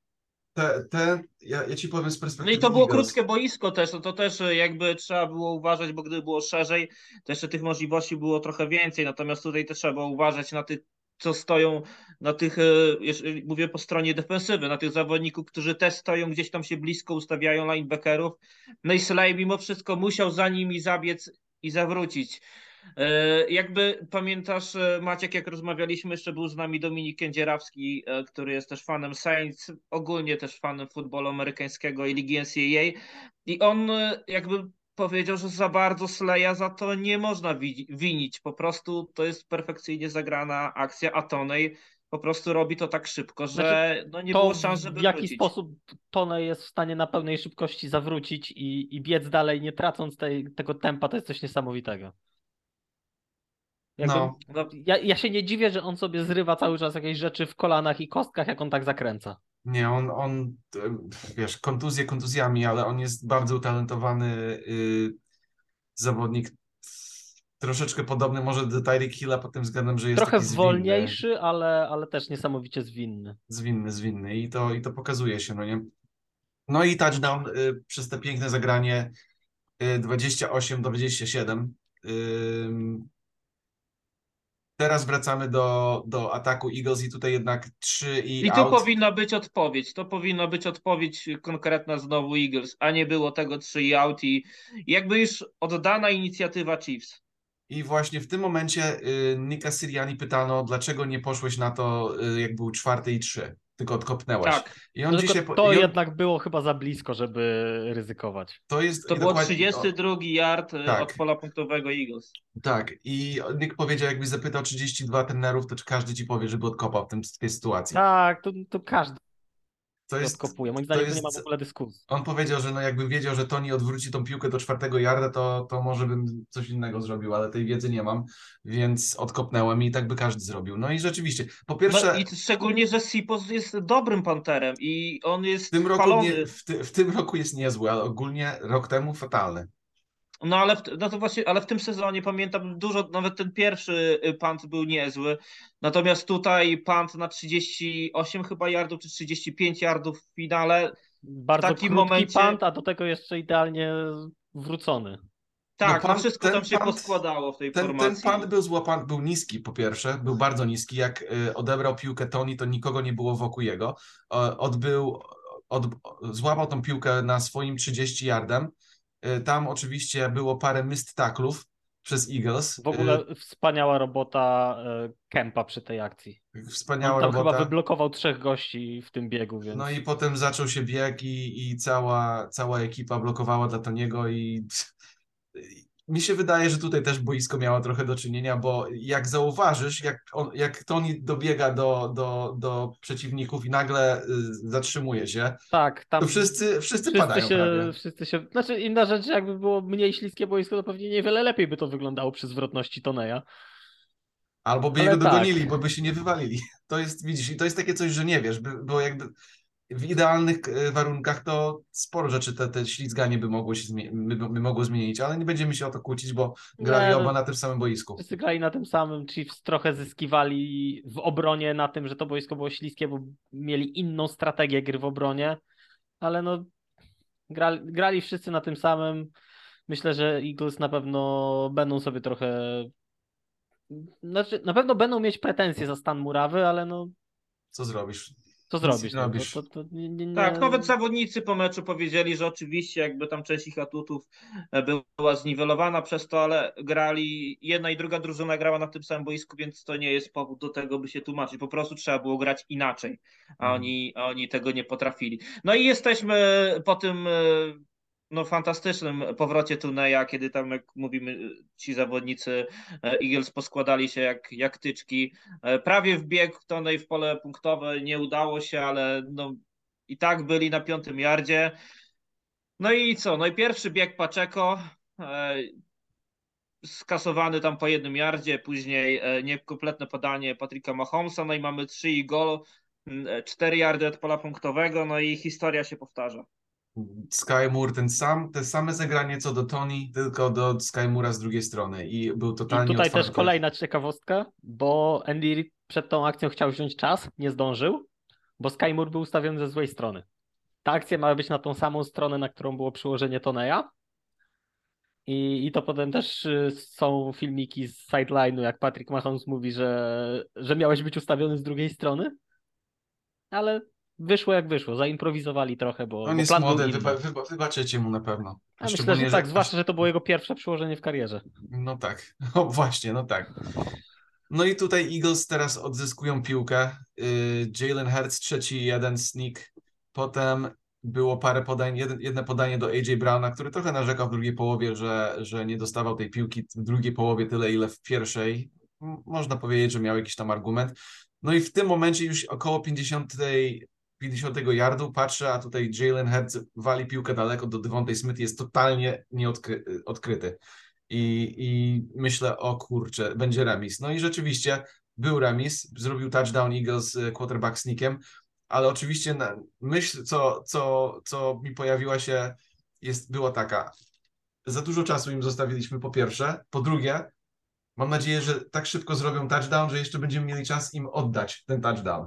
Ja ci powiem z No perspektywy i to było Eagles. krótkie boisko też, no to też jakby trzeba było uważać, bo gdyby było szerzej, to jeszcze tych możliwości było trochę więcej, natomiast tutaj też trzeba uważać na tych, co stoją, na tych, jeżeli mówię po stronie defensywy, na tych zawodników, którzy też stoją gdzieś tam się blisko, ustawiają linebackerów. No i Slay mimo wszystko musiał za nimi zabiec i zawrócić. Jakby pamiętasz, Maciek, jak rozmawialiśmy, jeszcze był z nami Dominik Kędzierawski, który jest też fanem Saints, ogólnie też fanem futbolu amerykańskiego i ligi NCAA, i on jakby powiedział, że za bardzo Slaya za to nie można winić, po prostu to jest perfekcyjnie zagrana akcja, a Toney po prostu robi to tak szybko, że no nie było szans, żeby w jaki wrócić. sposób Toney jest w stanie na pełnej szybkości zawrócić i biec dalej, nie tracąc tego tempa, to jest coś niesamowitego. Jakby, No. ja się nie dziwię, że on sobie zrywa cały czas jakieś rzeczy w kolanach i kostkach, jak on tak zakręca. Nie, wiesz, kontuzje kontuzjami, ale on jest bardzo utalentowany zawodnik, troszeczkę podobny może do Tyreek Hilla pod tym względem, że jest Trochę taki zwinny, wolniejszy, ale też niesamowicie zwinny. zwinny i to pokazuje się, no nie? No i touchdown przez te piękne zagranie 28-27. Teraz wracamy do ataku Eagles i tutaj jednak 3 i I tu out. powinna być odpowiedź. To powinna być odpowiedź konkretna znowu Eagles, a nie było tego 3 i out i jakby już oddana inicjatywa Chiefs. I właśnie w tym momencie Nika Sirianni pytano, dlaczego nie poszłeś na to, jak był 4 i 3, tylko odkopnęłeś. Tak, I on No tylko dzisiaj... to jednak było chyba za blisko, żeby ryzykować. To jest to było dokładnie... 32 yard tak. od pola punktowego Eagles. Tak, i Nick powiedział, jakbyś zapytał 32 trenerów, to czy każdy ci powie, żeby odkopał w tej sytuacji. Tak, to każdy To jest, odkopuje. Moim to zdaniem to nie ma jest, w ogóle dyskusji. on powiedział, że no jakbym wiedział, że Tony odwróci tą piłkę do 4 yarda, to może bym coś innego zrobił, ale tej wiedzy nie mam, więc odkopnęłem i tak by każdy zrobił. No i rzeczywiście, po No pierwsze, i szczególnie, że Sipos jest dobrym panterem i on w jest tym roku, chwalony. w tym roku jest niezły, ale ogólnie rok temu fatalny. No ale no to właśnie, ale w tym sezonie pamiętam dużo, nawet ten pierwszy punt był niezły. Natomiast tutaj punt na 38 chyba yardów, czy 35 yardów w finale. Bardzo takim krótki momencie- punt, a do tego jeszcze idealnie wrócony. Tak, no punt- wszystko tam się punt- poskładało w tej Ten formacji. punt był złapany, był niski po pierwsze, był bardzo niski. Jak odebrał piłkę Tony, to nikogo nie było wokół jego. Złapał tą piłkę na swoim 30 yardem. Tam oczywiście było parę missed tacklów przez Eagles. W ogóle wspaniała robota Kempa przy tej akcji. Wspaniała On tam robota. chyba wyblokował 3 gości w tym biegu, więc... No i potem zaczął się bieg i cała ekipa blokowała dla Toniego i mi się wydaje, że tutaj też boisko miało trochę do czynienia, bo jak zauważysz, jak Tony dobiega do przeciwników i nagle zatrzymuje się, Tak, tam to wszyscy padają prawie. wszyscy się... Znaczy inna rzecz, jakby było mniej śliskie boisko, to pewnie niewiele lepiej by to wyglądało przy zwrotności Toneja. Albo by Ale jego tak. dogonili, bo by się nie wywalili. To jest, widzisz, i to jest takie coś, że nie wiesz, bo jakby w idealnych warunkach to sporo rzeczy te ślizganie by mogło zmienić, ale nie będziemy się o to kłócić, bo grali Nie, oba na tym samym boisku. Wszyscy grali na tym samym. Chiefs trochę zyskiwali w obronie na tym, że to boisko było śliskie, bo mieli inną strategię gry w obronie, ale no grali wszyscy na tym samym. Myślę, że Eagles na pewno będą sobie trochę... Znaczy, na pewno będą mieć pretensje za stan murawy, ale no Co zrobisz? co Nic nie zrobisz? No, zrobisz. to nie... Tak, nawet zawodnicy po meczu powiedzieli, że oczywiście jakby tam część ich atutów była zniwelowana przez to, ale grali, jedna i druga drużyna grała na tym samym boisku, więc to nie jest powód do tego, by się tłumaczyć. Po prostu trzeba było grać inaczej, a oni tego nie potrafili. No i jesteśmy po tym no, fantastycznym powrocie Tuneja, kiedy tam, jak mówimy, ci zawodnicy Eagles poskładali się jak tyczki. Prawie wbiegł Tunej w pole punktowe, nie udało się, ale no, i tak byli na 5. yardzie. No i co? No i pierwszy bieg Pacheco, skasowany tam po 1 yardzie, później niekompletne podanie Patricka Mahomesa, no i mamy 3 i gol, 4 yardy od pola punktowego, no i historia się powtarza. Sky Moore te same zagranie co do Tony, tylko do Sky Moore'a z drugiej strony i był I totalnie tutaj też otwarty. kolejna ciekawostka, bo Andy Reid przed tą akcją chciał wziąć czas, nie zdążył, bo Sky Moore był ustawiony ze złej strony. Ta akcja ma być na tą samą stronę, na którą było przyłożenie Toneja. I to potem też są filmiki z sideline'u, jak Patrick Mahomes mówi, że miałeś być ustawiony z drugiej strony, ale wyszło jak wyszło, zaimprowizowali trochę, On bo jest plan był młody, inny. wybaczycie mu na pewno. Ja myślę, że tak, zwłaszcza, że to było jego pierwsze przyłożenie w karierze. No tak, o, właśnie, no tak. No i tutaj Eagles teraz odzyskują piłkę. Jalen Hurts 3-1 sneak. Potem było parę podań, jedno podanie do AJ Browna, który trochę narzekał w drugiej połowie, że nie dostawał tej piłki w drugiej połowie tyle, ile w pierwszej. Można powiedzieć, że miał jakiś tam argument. No i w tym momencie już około 50 yardu patrzę, a tutaj Jalen Hurts wali piłkę daleko do Devontae Smith, jest totalnie odkryty. I myślę, o kurczę, będzie remis. No i rzeczywiście był remis, zrobił touchdown Eagles z quarterback sneakiem, ale oczywiście myśl, co mi pojawiła się, była taka, za dużo czasu im zostawiliśmy po pierwsze, po drugie, mam nadzieję, że tak szybko zrobią touchdown, że jeszcze będziemy mieli czas im oddać ten touchdown.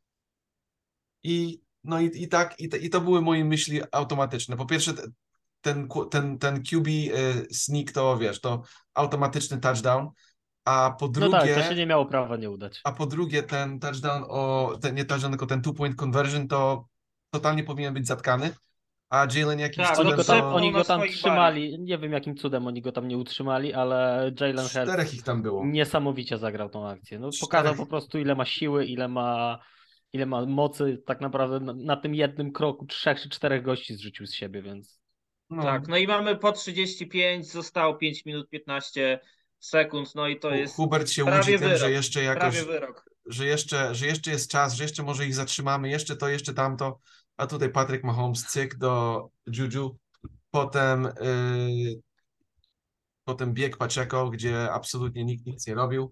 I to były moje myśli automatyczne. Po pierwsze, ten QB sneak to wiesz, to automatyczny touchdown, a po No tak, to się drugie, nie miało prawa nie udać. ten touchdown nie touchdown, tylko ten 2-point conversion to totalnie powinien być zatkany, a Jalen jakimś Tak, Oni cudem go tam, szepnął oni na go tam swoich trzymali, nie wiem jakim cudem oni go tam nie utrzymali, ale Jalen Hurts 4 ich tam było. niesamowicie zagrał tą akcję. No, pokazał Czterech. po prostu ile ma siły, ile ma mocy, tak naprawdę na tym jednym kroku 3 czy 4 gości zrzucił z siebie, więc No, Tak, no i mamy po 35, zostało 5 minut 15 sekund, no i to jest Hubert się łudzi prawie tym, że wyrok, jeszcze prawie jakoś, wyrok. że jeszcze jest czas, że jeszcze może ich zatrzymamy, jeszcze to, jeszcze tamto, a tutaj Patrick Mahomes cyk do Juju, potem potem bieg Pacheco, gdzie absolutnie nikt nic nie robił,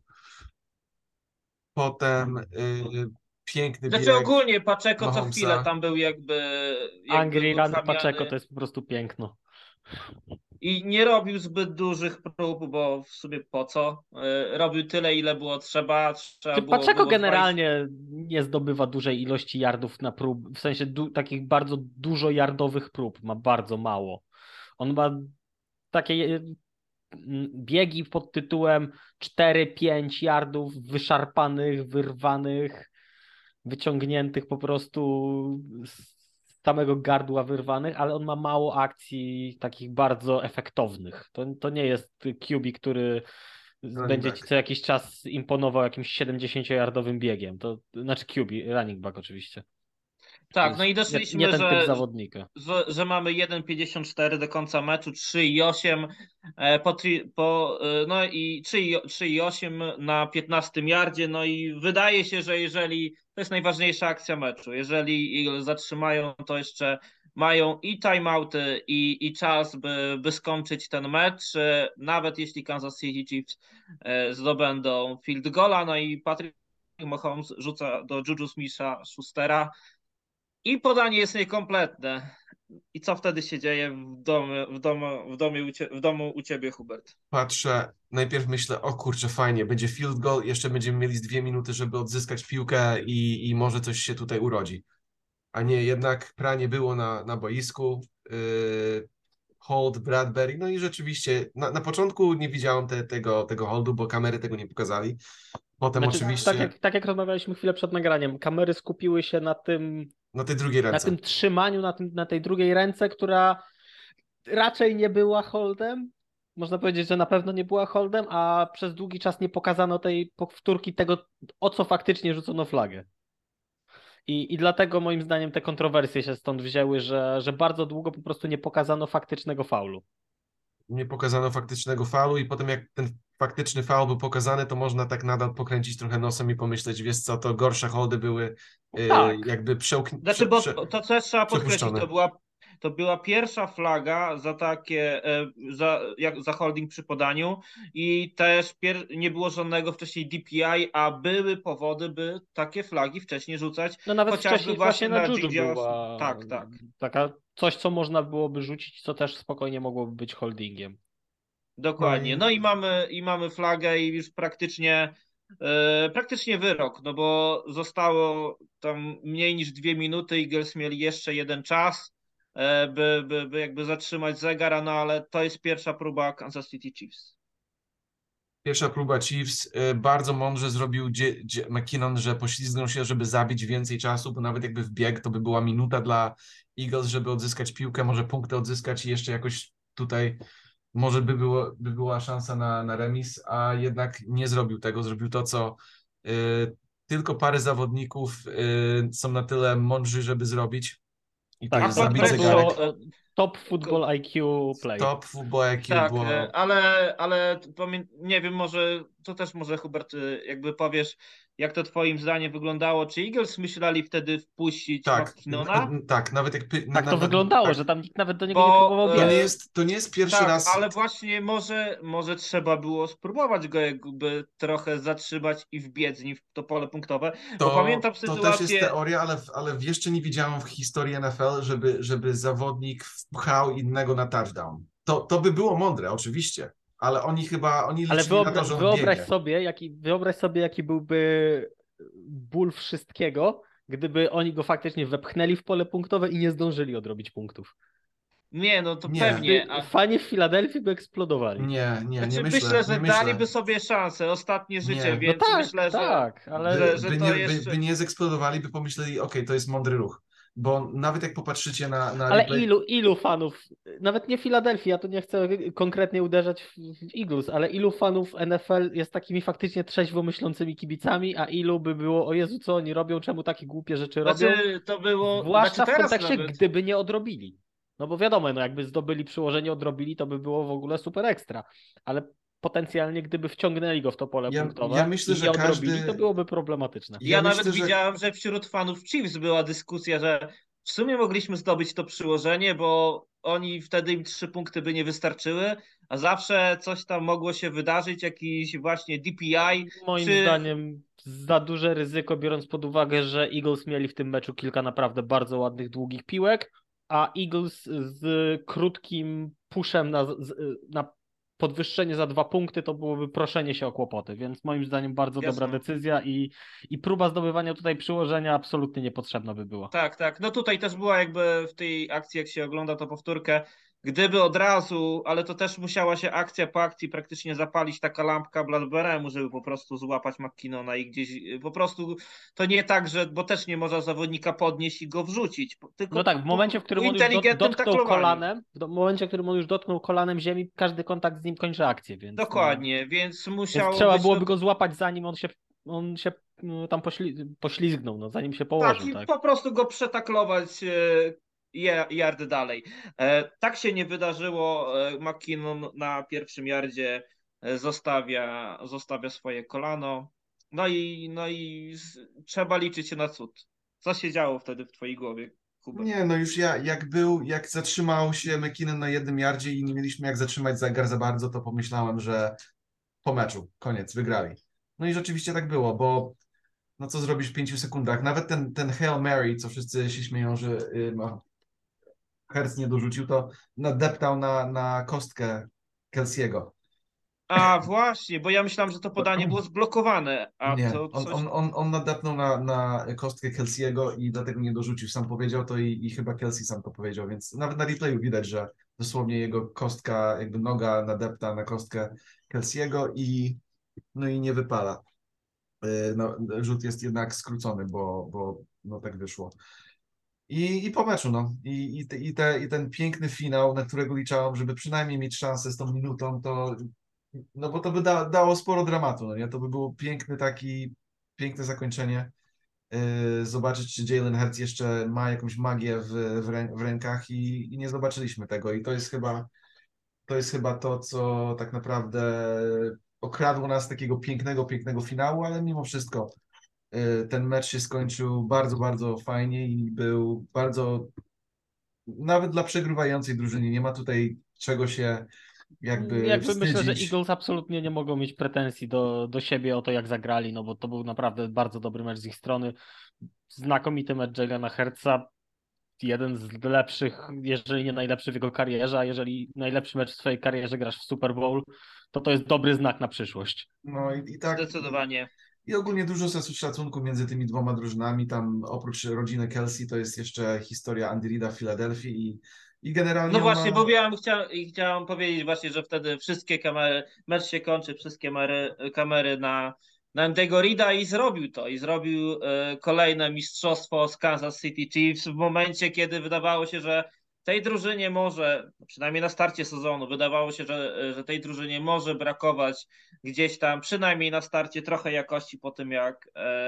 potem piękny Znaczy bieg ogólnie Pacheco co chwilę Mahomesa. tam był jakby Angry Running Pacheco uruchamiany to jest po prostu piękno. i nie robił zbyt dużych prób, bo w sumie po co? Robił tyle, ile było trzeba Czy było, Pacheco było generalnie nie zdobywa dużej ilości yardów na prób, w sensie takich bardzo dużo yardowych prób, ma bardzo mało. On ma takie biegi pod tytułem 4-5 yardów wyszarpanych, wyrwanych, wyciągniętych po prostu z samego gardła wyrwanych, ale on ma mało akcji takich bardzo efektownych. To nie jest QB, który Running będzie ci back. co jakiś czas imponował jakimś 70-yardowym biegiem. To znaczy QB, running back oczywiście. To Tak, no jest i nie doszliśmy, ten typ zawodnika. że mamy 1,54 do końca meczu, 3,8 no i 3,8 na 15 yardzie, no i wydaje się, że jeżeli to jest najważniejsza akcja meczu, jeżeli Eagles zatrzymają, to jeszcze mają i timeouty i czas, by skończyć ten mecz, nawet jeśli Kansas City Chiefs zdobędą field goala, no i Patrick Mahomes rzuca do Juju Smith-Schustera, i podanie jest niekompletne. I co wtedy się dzieje w domu u ciebie, Hubert? Patrzę, najpierw myślę, o kurczę, fajnie, będzie field goal, jeszcze będziemy mieli z 2 minuty, żeby odzyskać piłkę i może coś się tutaj urodzi. A nie, jednak pranie było na boisku, hold Bradbury, no i rzeczywiście na początku nie widziałem tego holdu, bo kamery tego nie pokazali. Potem Znaczy, oczywiście tak jak rozmawialiśmy chwilę przed nagraniem, kamery skupiły się na tej drugiej na ręce. tym trzymaniu, na tej drugiej ręce, która raczej nie była holdem. Można powiedzieć, że na pewno nie była holdem, a przez długi czas nie pokazano tej powtórki tego, o co faktycznie rzucono flagę. I dlatego moim zdaniem te kontrowersje się stąd wzięły, że bardzo długo po prostu nie pokazano faktycznego faulu. Nie pokazano faktycznego faulu i potem jak ten faktyczny faul był pokazany, to można tak nadal pokręcić trochę nosem i pomyśleć, wiesz co, to gorsze holdy były Tak. jakby Znaczy, bo to co trzeba podkreślić, przepuszczone. to była pierwsza flaga za takie, za holding przy podaniu i też nie było żadnego wcześniej DPI, a były powody, by takie flagi wcześniej rzucać, No nawet chociażby wcześniej właśnie właśnie na na Juju Gigia. była Tak, tak. taka coś, co można byłoby rzucić, co też spokojnie mogłoby być holdingiem. Dokładnie. No i mamy flagę i już praktycznie wyrok, no bo zostało tam mniej niż 2 minuty, Eagles mieli jeszcze jeden czas, by jakby zatrzymać zegar, no ale to jest pierwsza próba Kansas City Chiefs. Pierwsza próba Chiefs, bardzo mądrze zrobił McKinnon, że poślizgnął się, żeby zabić więcej czasu, bo nawet jakby wbiegł, to by była minuta dla Eagles, żeby odzyskać piłkę, może punkty odzyskać i jeszcze jakoś tutaj może by była szansa na remis, a jednak nie zrobił tego. Zrobił to, co tylko parę zawodników są na tyle mądrzy, żeby zrobić. I to Tak, jest to zabić Bradshaw, zegarek. było top football IQ play. Top football IQ Tak, było... ale nie wiem, może Hubert, jakby powiesz, jak to twoim zdaniem wyglądało? Czy Eagles myśleli wtedy wpuścić Tak, McKinnona? tak, nawet jak... Tak to wyglądało, tak. że tam nikt nawet do niego nie Bo próbował biec. To nie jest pierwszy tak, raz... ale właśnie może trzeba było spróbować go jakby trochę zatrzymać i wbiec z nim w to pole punktowe, bo pamiętam To też jest sytuację... teoria, ale jeszcze nie widziałem w historii NFL, żeby zawodnik wpchał innego na touchdown. To by było mądre, oczywiście, ale oni Ale liczyli na to, że on biegnie. wyobraź sobie, jaki byłby ból wszystkiego, gdyby oni go faktycznie wepchnęli w pole punktowe i nie zdążyli odrobić punktów. Nie, no to Nie. pewnie. Fani w Filadelfii by eksplodowali. Nie Znaczy, myślę, że nie myślę. daliby sobie szansę, ostatnie życie, Nie. No więc myślę, tak, ale że to jeszcze... by nie zeksplodowali, by pomyśleli, okej, to jest mądry ruch. Bo nawet jak popatrzycie na ale replay... ilu fanów, nawet nie Filadelfii, ja tu nie chcę konkretnie uderzać w Eagles, ale ilu fanów NFL jest takimi faktycznie trzeźwo myślącymi kibicami, a ilu by było, o Jezu, co oni robią, czemu takie głupie rzeczy robią? to było... Zwłaszcza w teraz kontekście, nawet. gdyby nie odrobili. No bo wiadomo, no jakby zdobyli przyłożenie, odrobili, to by było w ogóle super ekstra, ale potencjalnie gdyby wciągnęli go w to pole punktowe ja myślę, i że nie odrobili, każdy... to byłoby problematyczne. Ja nawet myślę, że... widziałem, że wśród fanów Chiefs była dyskusja, że w sumie mogliśmy zdobyć to przyłożenie, bo oni wtedy im 3 punkty by nie wystarczyły, a zawsze coś tam mogło się wydarzyć, jakiś właśnie DPI. Moim zdaniem za duże ryzyko, biorąc pod uwagę, że Eagles mieli w tym meczu kilka naprawdę bardzo ładnych, długich piłek, a Eagles z krótkim pushem na podwyższenie za 2 punkty to byłoby proszenie się o kłopoty, więc moim zdaniem bardzo dobra decyzja i próba zdobywania tutaj przyłożenia absolutnie niepotrzebna by była. Tak. No tutaj też była jakby w tej akcji, jak się ogląda to powtórkę, gdyby od razu, ale to też musiała się akcja po akcji praktycznie zapalić taka lampka Bladberemu, żeby po prostu złapać McKinnona i gdzieś po prostu to nie tak, że bo też nie można zawodnika podnieść i go wrzucić. Tylko no tak, w momencie, w którym on już dotknął kolanem ziemi, każdy kontakt z nim kończy akcję, więc dokładnie, więc musiało trzeba być byłoby go złapać, zanim on się tam poślizgnął, no, zanim się położył. tak, i po prostu go przetaklować yard dalej. Tak się nie wydarzyło. McKinnon na pierwszym yardzie zostawia swoje kolano. No i trzeba liczyć się na cud. Co się działo wtedy w twojej głowie, Hubert? Nie, no już jak zatrzymał się McKinnon na 1 yardzie i nie mieliśmy jak zatrzymać zegar za bardzo, to pomyślałem, że po meczu, koniec, wygrali. No i rzeczywiście tak było, bo no co zrobisz w 5 sekundach? Nawet ten Hail Mary, co wszyscy się śmieją, że Hertz nie dorzucił, to nadeptał na kostkę Kelsiego. A właśnie, bo ja myślałem, że to podanie było zblokowane. A Nie, to coś... on nadepnął na kostkę Kelsiego i dlatego nie dorzucił. Sam powiedział to i chyba Kelsey sam to powiedział, więc nawet na replayu widać, że dosłownie jego kostka, jakby noga nadepta na kostkę Kelsiego i nie wypala. No, rzut jest jednak skrócony, bo no tak wyszło. I po meczu, no. I ten piękny finał, na którego liczyłem, żeby przynajmniej mieć szansę z tą minutą, to no bo to by dało sporo dramatu, no nie? To by było piękne zakończenie. zobaczyć, czy Jalen Hurts jeszcze ma jakąś magię w rękach i nie zobaczyliśmy tego. I to jest chyba to, co tak naprawdę okradło nas takiego pięknego, pięknego finału, ale mimo wszystko ten mecz się skończył bardzo, bardzo fajnie i był bardzo, nawet dla przegrywającej drużyny, nie ma tutaj czego się jakby Jakby myślę, że wstydzić. Eagles absolutnie nie mogą mieć pretensji do siebie o to, jak zagrali, no bo to był naprawdę bardzo dobry mecz z ich strony. Znakomity mecz Jalena Hurtsa, jeden z lepszych, jeżeli nie najlepszy w jego karierze, a jeżeli najlepszy mecz w swojej karierze grasz w Super Bowl, to jest dobry znak na przyszłość. No i tak. Zdecydowanie. I ogólnie dużo szacunku między tymi dwoma drużynami. Tam oprócz rodziny Kelsey to jest jeszcze historia Andy Reida w Filadelfii i generalnie No właśnie, ona... bo chciałem powiedzieć właśnie, że wtedy wszystkie kamery, mecz się kończy, wszystkie kamery na Andy'ego Reida i zrobił to. I zrobił kolejne mistrzostwo z Kansas City Chiefs w momencie, kiedy wydawało się, że tej drużynie może, przynajmniej na starcie sezonu, wydawało się, że tej drużynie może brakować gdzieś tam, przynajmniej na starcie, trochę jakości po tym, jak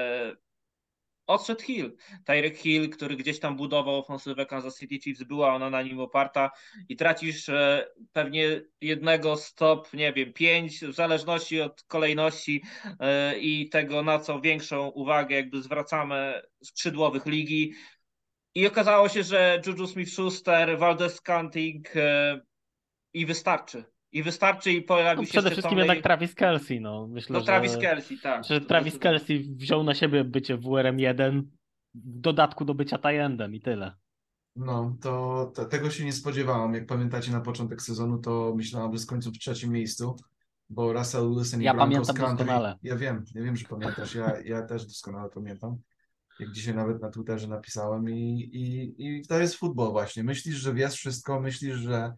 odszedł Hill. Tyreek Hill, który gdzieś tam budował ofensywę Kansas City Chiefs, była ona na nim oparta i tracisz pewnie jednego stop, nie wiem, 5, w zależności od kolejności i tego, na co większą uwagę jakby zwracamy skrzydłowych ligi. I okazało się, że Juju Smith-Schuster, Valdez-Scantling i wystarczy. I wystarczy i No pojawił się przede jeszcze wszystkim jednak Travis Kelce, no myślę, no Travis że, Kelce, tak, że Travis zdecydowanie. Kelce wziął na siebie bycie WRM1 w dodatku do bycia tight-endem i tyle. No, tego się nie spodziewałam. Jak pamiętacie na początek sezonu, to myślałam, że skończą w trzecim miejscu, bo Russell Wilson i Ja Broncos pamiętam Country. doskonale. Ja wiem, że pamiętasz. Ja też doskonale pamiętam. Jak dzisiaj nawet na Twitterze napisałem i to jest futbol właśnie. Myślisz, że wiesz wszystko, myślisz, że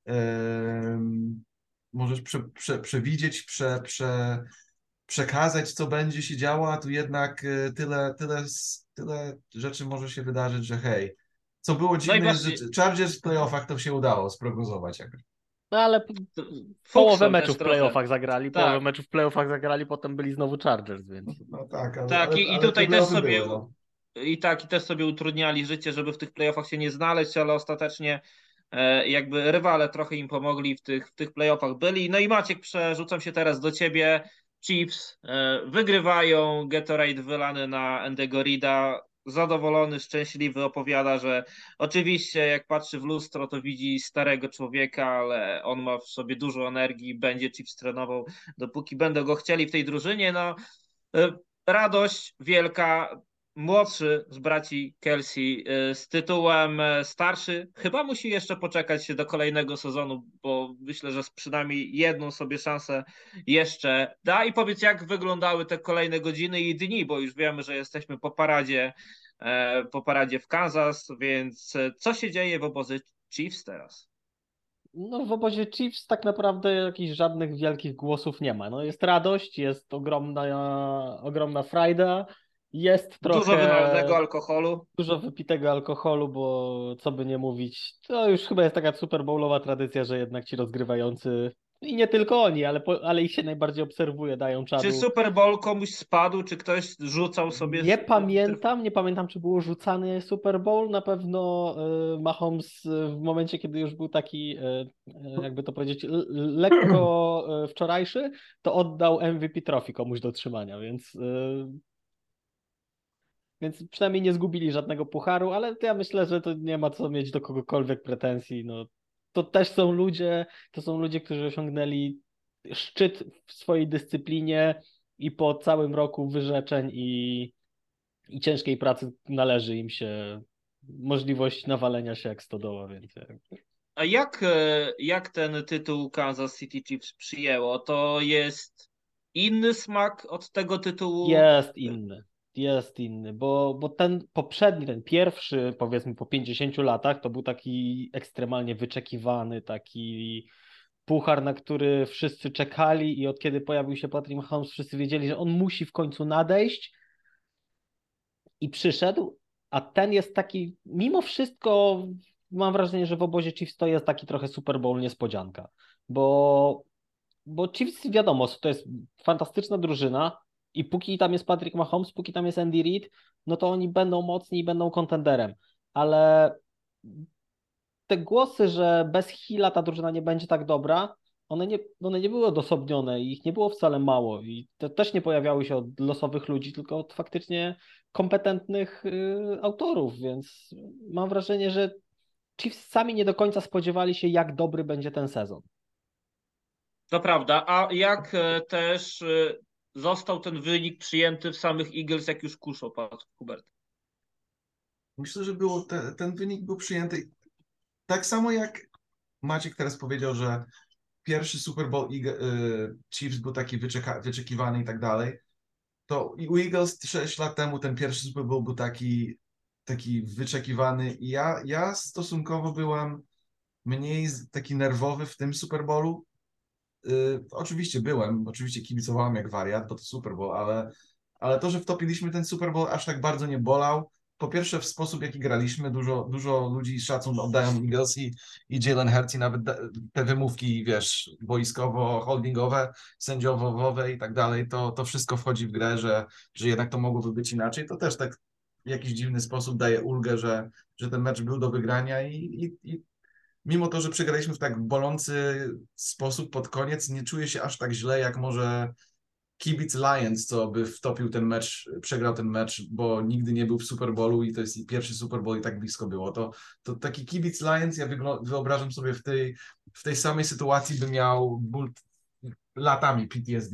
możesz przewidzieć, przekazać, co będzie się działo, a tu jednak tyle rzeczy może się wydarzyć, że hej, co było No i dziwne jest, że właśnie Chargers w playoffach to się udało sprognozować jakoś. No ale połowę fuksem też meczów w trochę. playoffach zagrali, Tak, potem byli znowu Chargers, więc... No tak, tak i ale te tutaj też playoffy sobie były, no. i też sobie utrudniali życie, żeby w tych playoffach się nie znaleźć, ale ostatecznie jakby rywale trochę im pomogli w tych playoffach byli. No i Maciek, przerzucam się teraz do ciebie. Chiefs wygrywają, Gatorade wylany na Andy'ego Reida. Zadowolony, szczęśliwy opowiada, że oczywiście jak patrzy w lustro, to widzi starego człowieka, ale on ma w sobie dużo energii, będzie Chiefs trenował, dopóki będą go chcieli w tej drużynie. No, radość wielka. Młodszy z braci Kelsey z tytułem starszy chyba musi jeszcze poczekać się do kolejnego sezonu, bo myślę, że przynajmniej jedną sobie szansę jeszcze da. I powiedz, jak wyglądały te kolejne godziny i dni, bo już wiemy, że jesteśmy po paradzie w Kansas, więc co się dzieje w obozie Chiefs teraz? No w obozie Chiefs tak naprawdę jakichś żadnych wielkich głosów nie ma. No jest radość, jest ogromna frajda, jest Dużo trochę wynalonego alkoholu. dużo wypitego alkoholu, bo co by nie mówić, to już chyba jest taka Super Bowlowa tradycja, że jednak ci rozgrywający, i nie tylko oni, ale ich się najbardziej obserwuje, dają Czy czadu. Super Bowl komuś spadł, czy ktoś rzucał sobie Nie pamiętam, czy było rzucany Super Bowl. Na pewno Mahomes w momencie, kiedy już był taki, jakby to powiedzieć, lekko wczorajszy, to oddał MVP trophy komuś do trzymania, więc przynajmniej nie zgubili żadnego pucharu, ale ja myślę, że to nie ma co mieć do kogokolwiek pretensji. No, to też to są ludzie, którzy osiągnęli szczyt w swojej dyscyplinie i po całym roku wyrzeczeń i ciężkiej pracy należy im się możliwość nawalenia się jak stodoła, więc... A jak ten tytuł Kansas City Chiefs przyjęło? To jest inny smak od tego tytułu? Jest inny, bo ten poprzedni, ten pierwszy, powiedzmy po 50 latach, to był taki ekstremalnie wyczekiwany, taki puchar, na który wszyscy czekali i od kiedy pojawił się Patrick Mahomes, wszyscy wiedzieli, że on musi w końcu nadejść i przyszedł, a ten jest taki, mimo wszystko mam wrażenie, że w obozie Chiefs to jest taki trochę Super Bowl niespodzianka, bo Chiefs wiadomo, to jest fantastyczna drużyna, I póki tam jest Patrick Mahomes, póki tam jest Andy Reid, no to oni będą mocni i będą kontenderem. Ale te głosy, że bez Hilla ta drużyna nie będzie tak dobra, one nie były odosobnione i ich nie było wcale mało. I to też nie pojawiały się od losowych ludzi, tylko od faktycznie kompetentnych autorów, więc mam wrażenie, że Chiefs sami nie do końca spodziewali się, jak dobry będzie ten sezon. To prawda, a jak też został ten wynik przyjęty w samych Eagles, jak już kuszą, Pat Hubert? Myślę, że ten wynik był przyjęty tak samo jak Maciek teraz powiedział, że pierwszy Super Bowl Chiefs był taki wyczekiwany i tak dalej. To i u Eagles 6 lat temu ten pierwszy Super Bowl był taki wyczekiwany i ja stosunkowo byłem mniej taki nerwowy w tym Super Bowlu. Oczywiście kibicowałem jak wariat, bo to Super Bowl, ale to, że wtopiliśmy ten Super Bowl aż tak bardzo nie bolał. Po pierwsze w sposób, jaki graliśmy, dużo ludzi szacun oddają Eagles i Jalen Hurts i nawet te wymówki, wiesz, boiskowo-holdingowe, sędziowowe i tak dalej, to wszystko wchodzi w grę, że jednak to mogłoby być inaczej. To też tak w jakiś dziwny sposób daje ulgę, że ten mecz był do wygrania i mimo to, że przegraliśmy w tak bolący sposób pod koniec, nie czuję się aż tak źle, jak może kibic Lions, co by wtopił ten mecz, przegrał ten mecz, bo nigdy nie był w Super Bowlu i to jest pierwszy Super Bowl i tak blisko było. To taki kibic Lions, ja wyobrażam sobie w tej samej sytuacji by miał ból latami PTSD,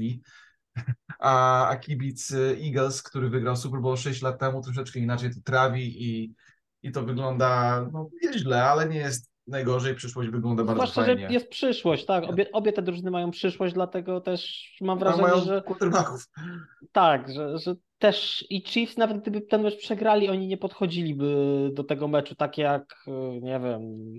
a kibic Eagles, który wygrał Super Bowl 6 lat temu, troszeczkę inaczej to trawi i to wygląda nieźle, ale nie jest najgorzej, przyszłość wygląda bardzo Zwłaszcza, fajnie. że jest przyszłość, tak. Obie te drużyny mają przyszłość, dlatego też mam A wrażenie, mają że quarterbacków. tak, że też i Chiefs, nawet gdyby ten mecz przegrali, oni nie podchodziliby do tego meczu tak jak, nie wiem,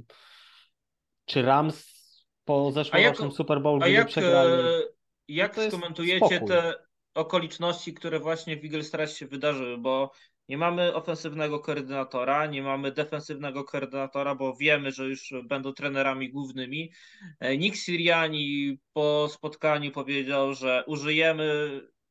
czy Rams po A jak, zeszłorocznym Super Bowl, a gdyby jak, przegrali. No jak to jest skomentujecie spokój. te okoliczności, które właśnie w Eagles teraz się wydarzyły? Bo nie mamy ofensywnego koordynatora, nie mamy defensywnego koordynatora, bo wiemy, że już będą trenerami głównymi. Nick Sirianni po spotkaniu powiedział, że użyjemy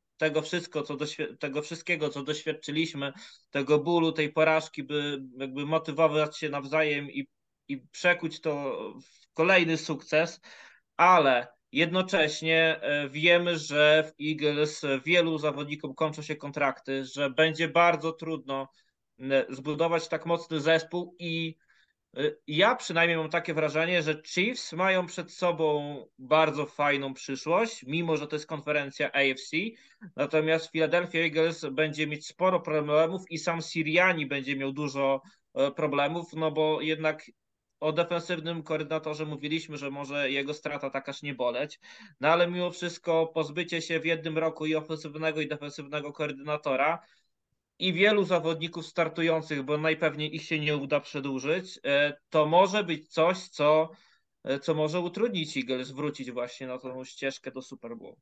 tego wszystkiego, co doświadczyliśmy, tego bólu, tej porażki, by jakby motywować się nawzajem i przekuć to w kolejny sukces, ale jednocześnie wiemy, że w Eagles wielu zawodnikom kończą się kontrakty, że będzie bardzo trudno zbudować tak mocny zespół i ja przynajmniej mam takie wrażenie, że Chiefs mają przed sobą bardzo fajną przyszłość, mimo że to jest konferencja AFC, natomiast Philadelphia Eagles będzie mieć sporo problemów i sam Sirianni będzie miał dużo problemów, no bo jednak o defensywnym koordynatorze mówiliśmy, że może jego strata tak aż nie boleć, no ale mimo wszystko pozbycie się w jednym roku i ofensywnego i defensywnego koordynatora i wielu zawodników startujących, bo najpewniej ich się nie uda przedłużyć, to może być coś, co może utrudnić Eagles wrócić właśnie na tą ścieżkę do Super Bowl.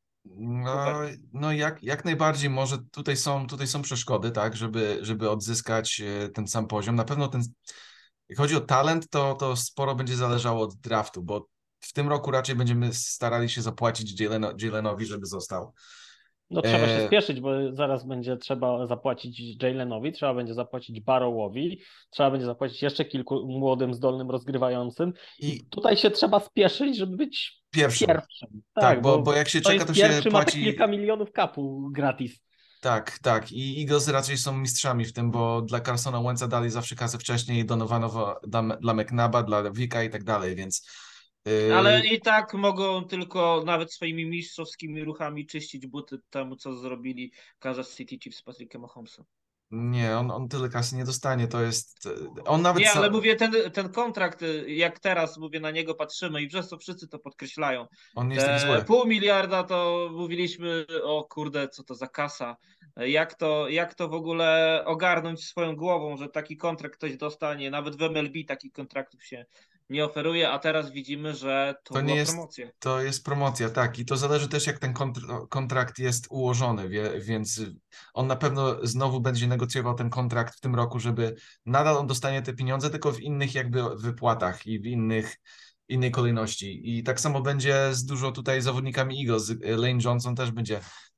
No jak najbardziej może tutaj są przeszkody, tak, żeby odzyskać ten sam poziom. Na pewno jak chodzi o talent, to sporo będzie zależało od draftu, bo w tym roku raczej będziemy starali się zapłacić Jalenowi, żeby został. No trzeba się spieszyć, bo zaraz będzie trzeba zapłacić Jalenowi, trzeba będzie zapłacić Barrowowi, trzeba będzie zapłacić jeszcze kilku młodym, zdolnym rozgrywającym i tutaj się trzeba spieszyć, żeby być pierwszym. pierwszym. Tak, bo jak się to czeka, jest to pierwszy, się ma te płaci... kilka milionów kapu gratis. Tak. I Eagles raczej są mistrzami w tym, bo dla Carsona Wentza dali zawsze kasę wcześniej, Donovanowa dla McNaba, dla Wicka i tak dalej, więc... Ale i tak mogą tylko nawet swoimi mistrzowskimi ruchami czyścić buty temu, co zrobili Kansas City Chiefs z Patrickiem Mahomesem. Nie, on tyle kasy nie dostanie, to jest... On nawet... Nie, ale mówię, ten kontrakt, jak teraz mówię, na niego patrzymy i przez to wszyscy to podkreślają. On nie jest taki zły. $0,5 miliarda to mówiliśmy, o kurde, co to za kasa. Jak to w ogóle ogarnąć swoją głową, że taki kontrakt ktoś dostanie, nawet w MLB takich kontraktów się nie oferuje, a teraz widzimy, że to była promocja. To jest promocja, tak. I to zależy też, jak ten kontrakt jest ułożony, więc on na pewno znowu będzie negocjował ten kontrakt w tym roku, żeby nadal on dostanie te pieniądze, tylko w innych jakby wypłatach i w innej kolejności. I tak samo będzie z dużo tutaj zawodnikami Eagles. Lane Johnson też będzie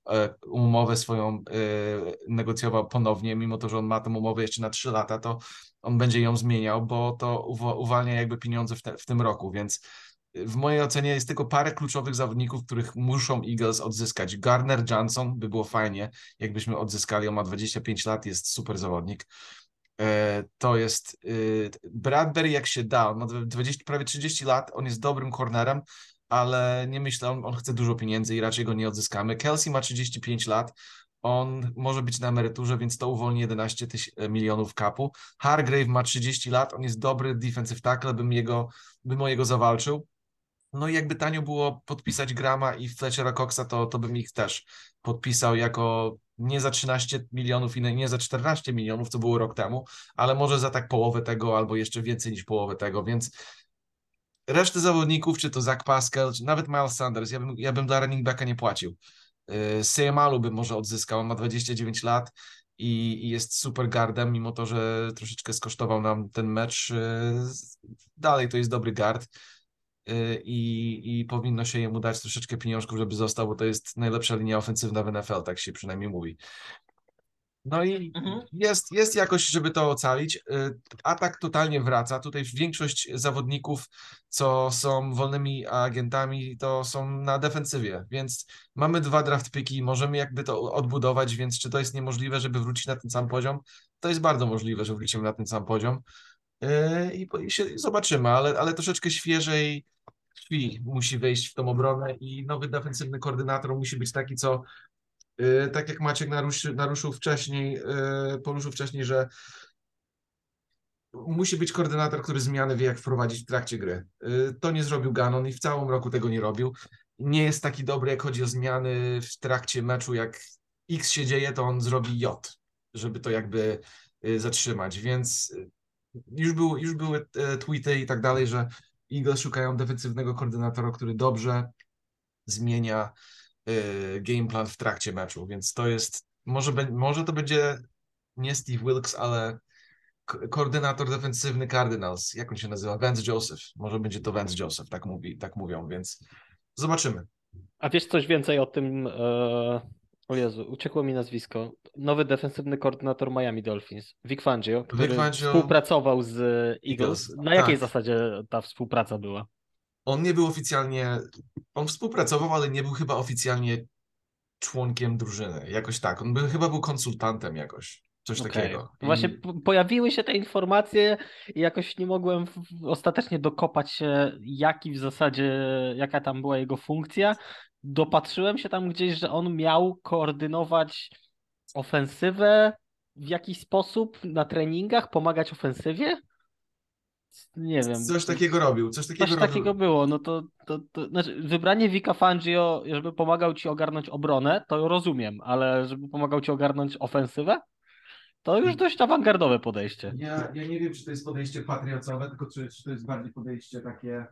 umowę swoją negocjował ponownie, mimo to, że on ma tę umowę jeszcze na 3 lata, to on będzie ją zmieniał, bo to uwalnia jakby pieniądze w tym roku, więc w mojej ocenie jest tylko parę kluczowych zawodników, których muszą Eagles odzyskać. Gardner Johnson by było fajnie, jakbyśmy odzyskali, on ma 25 lat, jest super zawodnik. To jest Bradbury jak się da, on ma prawie 30 lat, on jest dobrym cornerem, ale nie myślę, on chce dużo pieniędzy i raczej go nie odzyskamy. Kelsey ma 35 lat, on może być na emeryturze, więc to uwolni 11 milionów kapu. Hargrave ma 30 lat, on jest dobry defensive tackle, bym o jego zawalczył. No i jakby tanio było podpisać Grama i Fletchera Coxa, to bym ich też podpisał jako nie za 13 milionów i nie za 14 milionów, co było rok temu, ale może za tak połowę tego albo jeszcze więcej niż połowę tego, więc resztę zawodników, czy to Zach Pascal, czy nawet Miles Sanders, ja bym dla running backa nie płacił. Sejamalu bym może odzyskał, on ma 29 lat i jest super guardem, mimo to, że troszeczkę skosztował nam ten mecz. Dalej to jest dobry guard. I powinno się jemu dać troszeczkę pieniążków, żeby został, bo to jest najlepsza linia ofensywna w NFL, tak się przynajmniej mówi. No i jest jakoś, żeby to ocalić. Atak totalnie wraca. Tutaj większość zawodników, co są wolnymi agentami, to są na defensywie, więc mamy 2 draft picki, możemy jakby to odbudować, więc czy to jest niemożliwe, żeby wrócić na ten sam poziom? To jest bardzo możliwe, że wrócimy na ten sam poziom. I się zobaczymy, ale troszeczkę świeżej krwi musi wejść w tą obronę i nowy defensywny koordynator musi być taki, co tak jak Maciek poruszył wcześniej, że musi być koordynator, który zmiany wie, jak wprowadzić w trakcie gry. To nie zrobił Gannon i w całym roku tego nie robił. Nie jest taki dobry, jak chodzi o zmiany w trakcie meczu, jak X się dzieje, to on zrobi J, żeby to jakby zatrzymać, więc już były tweety i tak dalej, że Eagles szukają defensywnego koordynatora, który dobrze zmienia game plan w trakcie meczu, więc to jest, może to będzie nie Steve Wilkes, ale koordynator defensywny Cardinals, jak on się nazywa? Vance Joseph, może będzie to Vance Joseph, tak mówią, więc zobaczymy. A wiesz coś więcej o tym, o Jezu, uciekło mi nazwisko, nowy defensywny koordynator Miami Dolphins, Vic Fangio, który współpracował z Eagles. Na jakiej zasadzie ta współpraca była? On nie był oficjalnie, on współpracował, ale nie był chyba oficjalnie członkiem drużyny, jakoś tak. On chyba był konsultantem jakoś, coś takiego. Właśnie pojawiły się te informacje i jakoś nie mogłem ostatecznie dokopać się, jaka tam była jego funkcja. Dopatrzyłem się tam gdzieś, że on miał koordynować ofensywę w jakiś sposób na treningach, pomagać ofensywie? Nie wiem. Coś takiego robił. Coś takiego było. No to znaczy wybranie Vica Fangio, żeby pomagał ci ogarnąć obronę, to rozumiem, ale żeby pomagał ci ogarnąć ofensywę, to już dość awangardowe podejście. Ja nie wiem, czy to jest podejście patriocowe, tylko czy to jest bardziej podejście takie,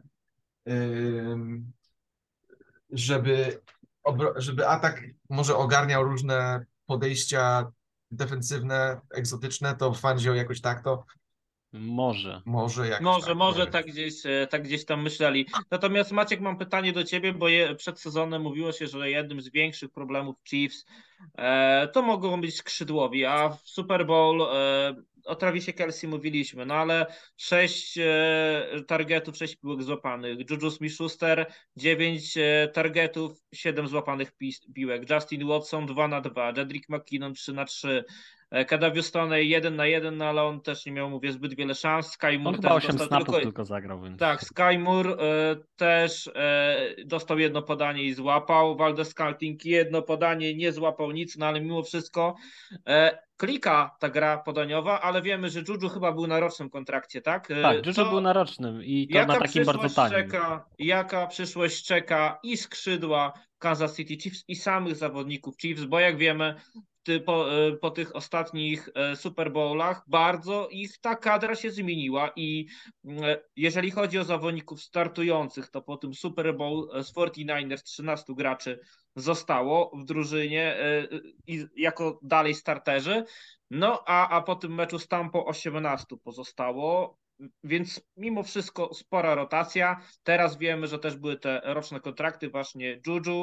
żeby atak może ogarniał różne podejścia defensywne, egzotyczne, to Fangio jakoś tak to Może jakoś Może tak gdzieś tam myśleli. Natomiast Maciek, mam pytanie do ciebie, bo przed sezonem mówiło się, że jednym z większych problemów Chiefs to mogą być skrzydłowi, a w Super Bowl o Travisie Kelce mówiliśmy, no ale 6 targetów, 6 piłek złapanych. Juju Smith-Schuster 9 targetów, 7 złapanych piłek. Justin Watson 2 na 2, Jedrick McKinnon 3 na 3. Kadavius Toney 1 na 1, no ale on też nie miał, mówię, zbyt wiele szans. Sky Moore on chyba 8 dostał snapów tylko zagrał. Więc... Tak, Sky Moore też dostał jedno podanie i złapał. Valdes-Scantling jedno podanie, nie złapał nic, no ale mimo wszystko klika ta gra podaniowa, ale wiemy, że Juju chyba był na rocznym kontrakcie, tak? Tak, Juju był na rocznym i to na takim bardzo tanim. Jaka przyszłość czeka i skrzydła Kansas City Chiefs i samych zawodników Chiefs, bo jak wiemy, po tych ostatnich Super Bowlach bardzo ich ta kadra się zmieniła i jeżeli chodzi o zawodników startujących, to po tym Super Bowl z 49ers 13 graczy zostało w drużynie i jako dalej starterzy, no a po tym meczu z Tampą 18 pozostało, więc mimo wszystko spora rotacja. Teraz wiemy, że też były te roczne kontrakty właśnie Juju,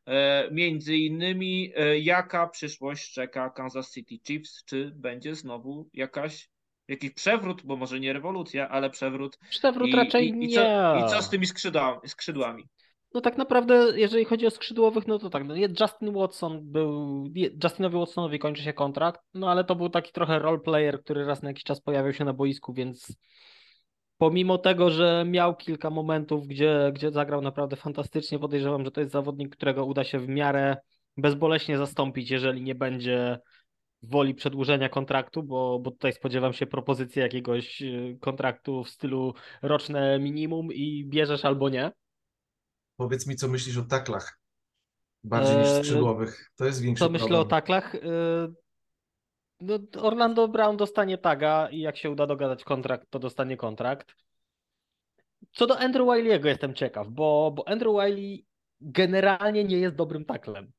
Między innymi, jaka przyszłość czeka Kansas City Chiefs? Czy będzie znowu jakiś przewrót, bo może nie rewolucja, ale przewrót? Przewrót I, raczej i, i, co, nie. I co z tymi skrzydłami? No tak naprawdę, jeżeli chodzi o skrzydłowych, no to tak, no Justinowi Watsonowi kończy się kontrakt, no ale to był taki trochę role player, który raz na jakiś czas pojawiał się na boisku, więc pomimo tego, że miał kilka momentów, gdzie zagrał naprawdę fantastycznie, podejrzewam, że to jest zawodnik, którego uda się w miarę bezboleśnie zastąpić, jeżeli nie będzie woli przedłużenia kontraktu, bo tutaj spodziewam się propozycji jakiegoś kontraktu w stylu roczne minimum i bierzesz albo nie. Powiedz mi, co myślisz o taklach, bardziej niż Eee, skrzydłowych. To jest większy To myślę o problem. taklach. No, Orlando Brown dostanie taga i jak się uda dogadać kontrakt, to dostanie kontrakt. Co do Andrew Wiley'ego jestem ciekaw, bo Andrew Wiley generalnie nie jest dobrym taklem.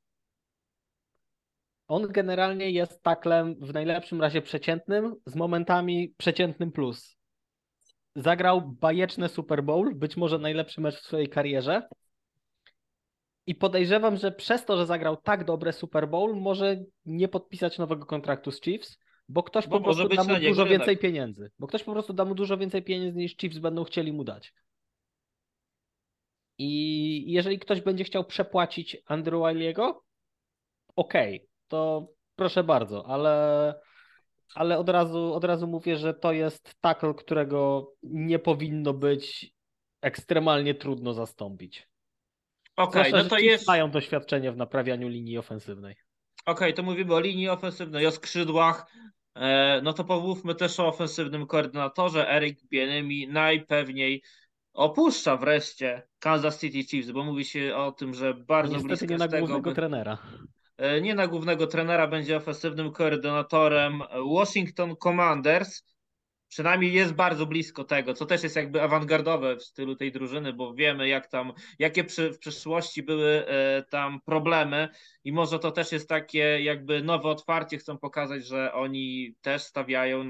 On generalnie jest taklem w najlepszym razie przeciętnym, z momentami przeciętnym plus. Zagrał bajeczny Super Bowl, być może najlepszy mecz w swojej karierze. I podejrzewam, że przez to, że zagrał tak dobre Super Bowl, może nie podpisać nowego kontraktu z Chiefs, bo ktoś Bo po może prostu da być mu na niego dużo więcej rynek. pieniędzy. Bo ktoś po prostu da mu dużo więcej pieniędzy niż Chiefs będą chcieli mu dać. I jeżeli ktoś będzie chciał przepłacić Andrew Wiley'ego, okej, to proszę bardzo, ale od razu mówię, że to jest tackle, którego nie powinno być ekstremalnie trudno zastąpić. Okej, Zwłaszcza, no że to Chiefs jest. mają doświadczenie w naprawianiu linii ofensywnej. Okej, to mówimy o linii ofensywnej, o skrzydłach. No to pomówmy też o ofensywnym koordynatorze. Eric Bieniemy najpewniej opuszcza wreszcie Kansas City Chiefs, bo mówi się o tym, że No bardzo niestety blisko nie jest na tego, głównego by trenera. nie na głównego trenera, będzie ofensywnym koordynatorem Washington Commanders. Przynajmniej jest bardzo blisko tego, co też jest jakby awangardowe w stylu tej drużyny, bo wiemy jakie w przeszłości były tam problemy i może to też jest takie jakby nowe otwarcie, chcą pokazać, że oni też stawiają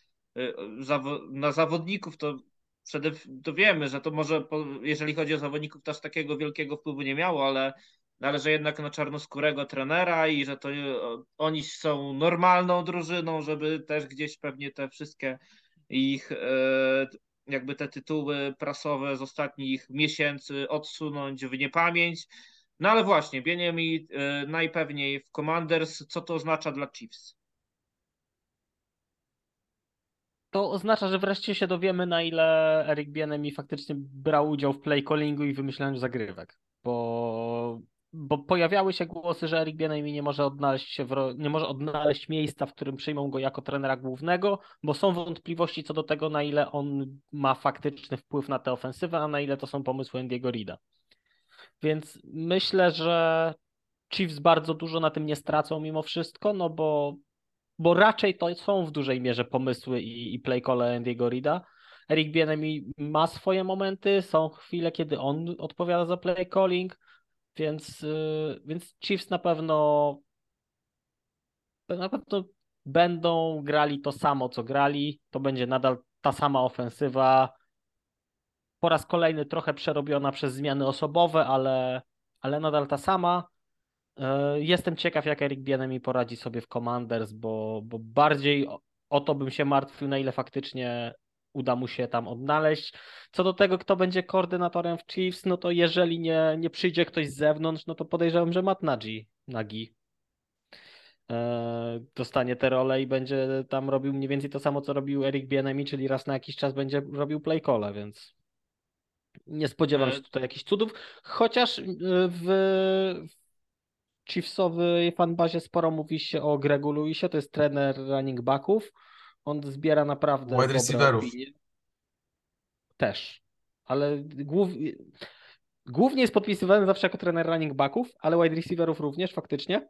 na zawodników, to wiemy, że to może, jeżeli chodzi o zawodników, też takiego wielkiego wpływu nie miało, ale że jednak na czarnoskórego trenera i że to oni są normalną drużyną, żeby też gdzieś pewnie te wszystkie ich jakby te tytuły prasowe z ostatnich miesięcy odsunąć w niepamięć. No ale właśnie, Bieniemy najpewniej w Commanders, co to oznacza dla Chiefs? To oznacza, że wreszcie się dowiemy, na ile Eric Bieniemy faktycznie brał udział w play callingu i wymyślaniu zagrywek. Bo pojawiały się głosy, że Eric Bieniemy nie może odnaleźć miejsca, w którym przyjmą go jako trenera głównego, bo są wątpliwości co do tego, na ile on ma faktyczny wpływ na tę ofensywę, a na ile to są pomysły Andy'ego Reida. Więc myślę, że Chiefs bardzo dużo na tym nie stracą mimo wszystko, no bo raczej to są w dużej mierze pomysły i play call Andy'ego Reida. Eric Bieniemy ma swoje momenty, są chwile, kiedy on odpowiada za play calling, więc Chiefs na pewno będą grali to samo, co grali. To będzie nadal ta sama ofensywa. Po raz kolejny trochę przerobiona przez zmiany osobowe, ale nadal ta sama. Jestem ciekaw, jak Eric Bieniemy poradzi sobie w Commanders, bo bardziej o to bym się martwił, na ile faktycznie uda mu się tam odnaleźć. Co do tego, kto będzie koordynatorem w Chiefs, no to jeżeli nie przyjdzie ktoś z zewnątrz, no to podejrzewam, że Matt Nagy dostanie tę rolę i będzie tam robił mniej więcej to samo, co robił Eric Bieniemy, czyli raz na jakiś czas będzie robił play calla, więc nie spodziewam się E, tutaj jakichś cudów, chociaż w Chiefsowej fanbazie sporo mówi się o Gregu Lewisie, to jest trener running backów. On zbiera naprawdę Wide dobre receiverów. opinie. Też. Ale głównie jest podpisywany zawsze jako trener running backów, ale wide receiverów również faktycznie.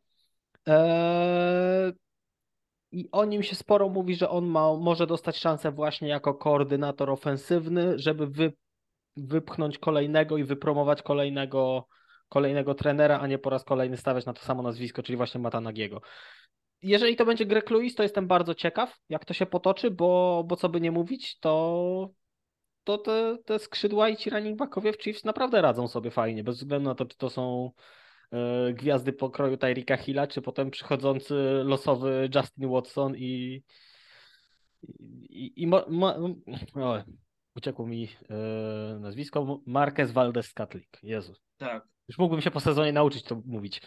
I o nim się sporo mówi, że on może dostać szansę właśnie jako koordynator ofensywny, żeby wypchnąć kolejnego i wypromować kolejnego trenera, a nie po raz kolejny stawiać na to samo nazwisko, czyli właśnie Matta Nagyego. Jeżeli to będzie Greg Lewis, to jestem bardzo ciekaw, jak to się potoczy, bo co by nie mówić, to te skrzydła i ci running backowie w Chiefs naprawdę radzą sobie fajnie, bez względu na to, czy to są gwiazdy pokroju Tyreeka Hilla, czy potem przychodzący losowy Justin Watson o, uciekło mi nazwisko, Marquez Valdes-Scantling. Jezu. Tak. Już mógłbym się po sezonie nauczyć to mówić.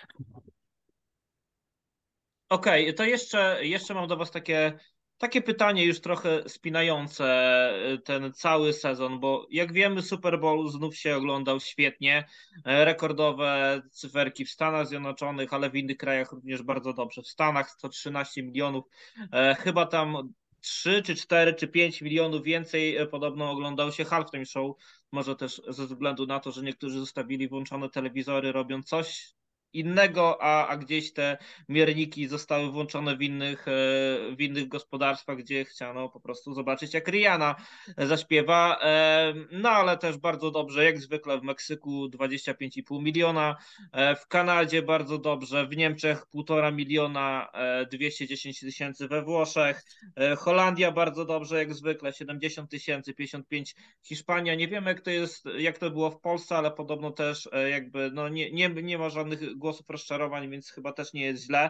Okej, to jeszcze mam do Was takie pytanie już trochę spinające ten cały sezon, bo jak wiemy Super Bowl znów się oglądał świetnie, rekordowe cyferki w Stanach Zjednoczonych, ale w innych krajach również bardzo dobrze. W Stanach 113 milionów, chyba tam 3 czy 4 czy 5 milionów więcej podobno oglądał się Halftime Show, może też ze względu na to, że niektórzy zostawili włączone telewizory, robiąc coś innego, a gdzieś te mierniki zostały włączone w innych gospodarstwach, gdzie chciano po prostu zobaczyć, jak Rihanna zaśpiewa. No ale też bardzo dobrze, jak zwykle w Meksyku 25,5 miliona, w Kanadzie bardzo dobrze, w Niemczech 1,5 miliona, 210 tysięcy we Włoszech, Holandia bardzo dobrze, jak zwykle 70 tysięcy, 55 Hiszpania. Nie wiemy, jak to było w Polsce, ale podobno też jakby no nie ma żadnych głosów rozczarowań, więc chyba też nie jest źle.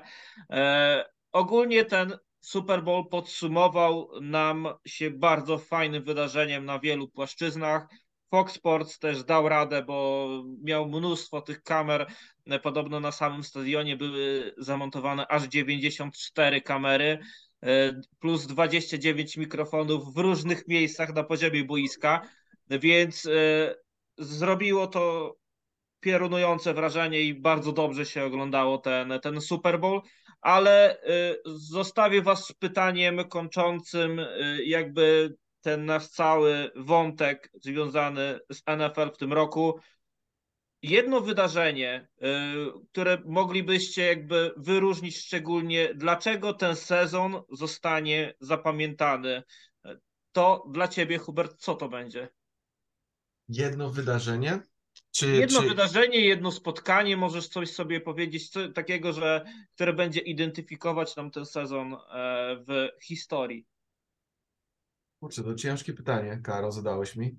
Ogólnie ten Super Bowl podsumował nam się bardzo fajnym wydarzeniem na wielu płaszczyznach. Fox Sports też dał radę, bo miał mnóstwo tych kamer. Podobno na samym stadionie były zamontowane aż 94 kamery, plus 29 mikrofonów w różnych miejscach na poziomie boiska, więc zrobiło to piorunujące wrażenie i bardzo dobrze się oglądało ten Super Bowl, ale zostawię Was z pytaniem kończącym jakby ten nasz cały wątek związany z NFL w tym roku. Jedno wydarzenie, które moglibyście jakby wyróżnić szczególnie, dlaczego ten sezon zostanie zapamiętany. To dla Ciebie, Hubert, co to będzie? Jedno wydarzenie? Jedno wydarzenie, jedno spotkanie, możesz coś sobie powiedzieć takiego, które będzie identyfikować nam ten sezon w historii. Kurczę, to ciężkie pytanie, Karo, zadałeś mi.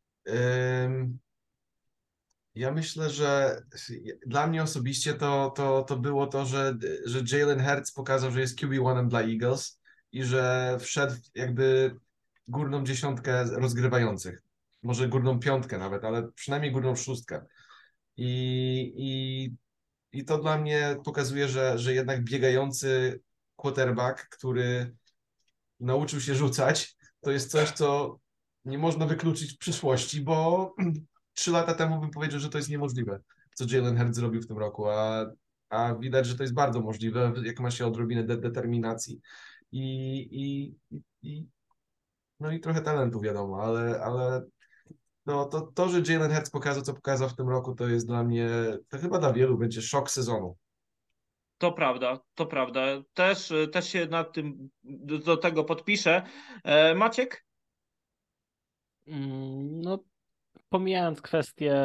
Ja myślę, że dla mnie osobiście to było to, że Jalen Hurts pokazał, że jest QB1 dla Eagles i że wszedł jakby górną dziesiątkę rozgrywających. Może górną piątkę nawet, ale przynajmniej górną szóstkę. I to dla mnie pokazuje, że jednak biegający quarterback, który nauczył się rzucać, to jest coś, co nie można wykluczyć w przyszłości, bo 3 lata temu bym powiedział, że to jest niemożliwe, co Jalen Hurts zrobił w tym roku, a widać, że to jest bardzo możliwe, jak ma się odrobinę determinacji i no i trochę talentu, wiadomo, ale no, to, że Jalen Hurts pokazał, co pokazał w tym roku, to jest dla mnie, to chyba dla wielu będzie szok sezonu. To prawda, to prawda. Też się nad tym do tego podpiszę. Maciek? No, pomijając kwestie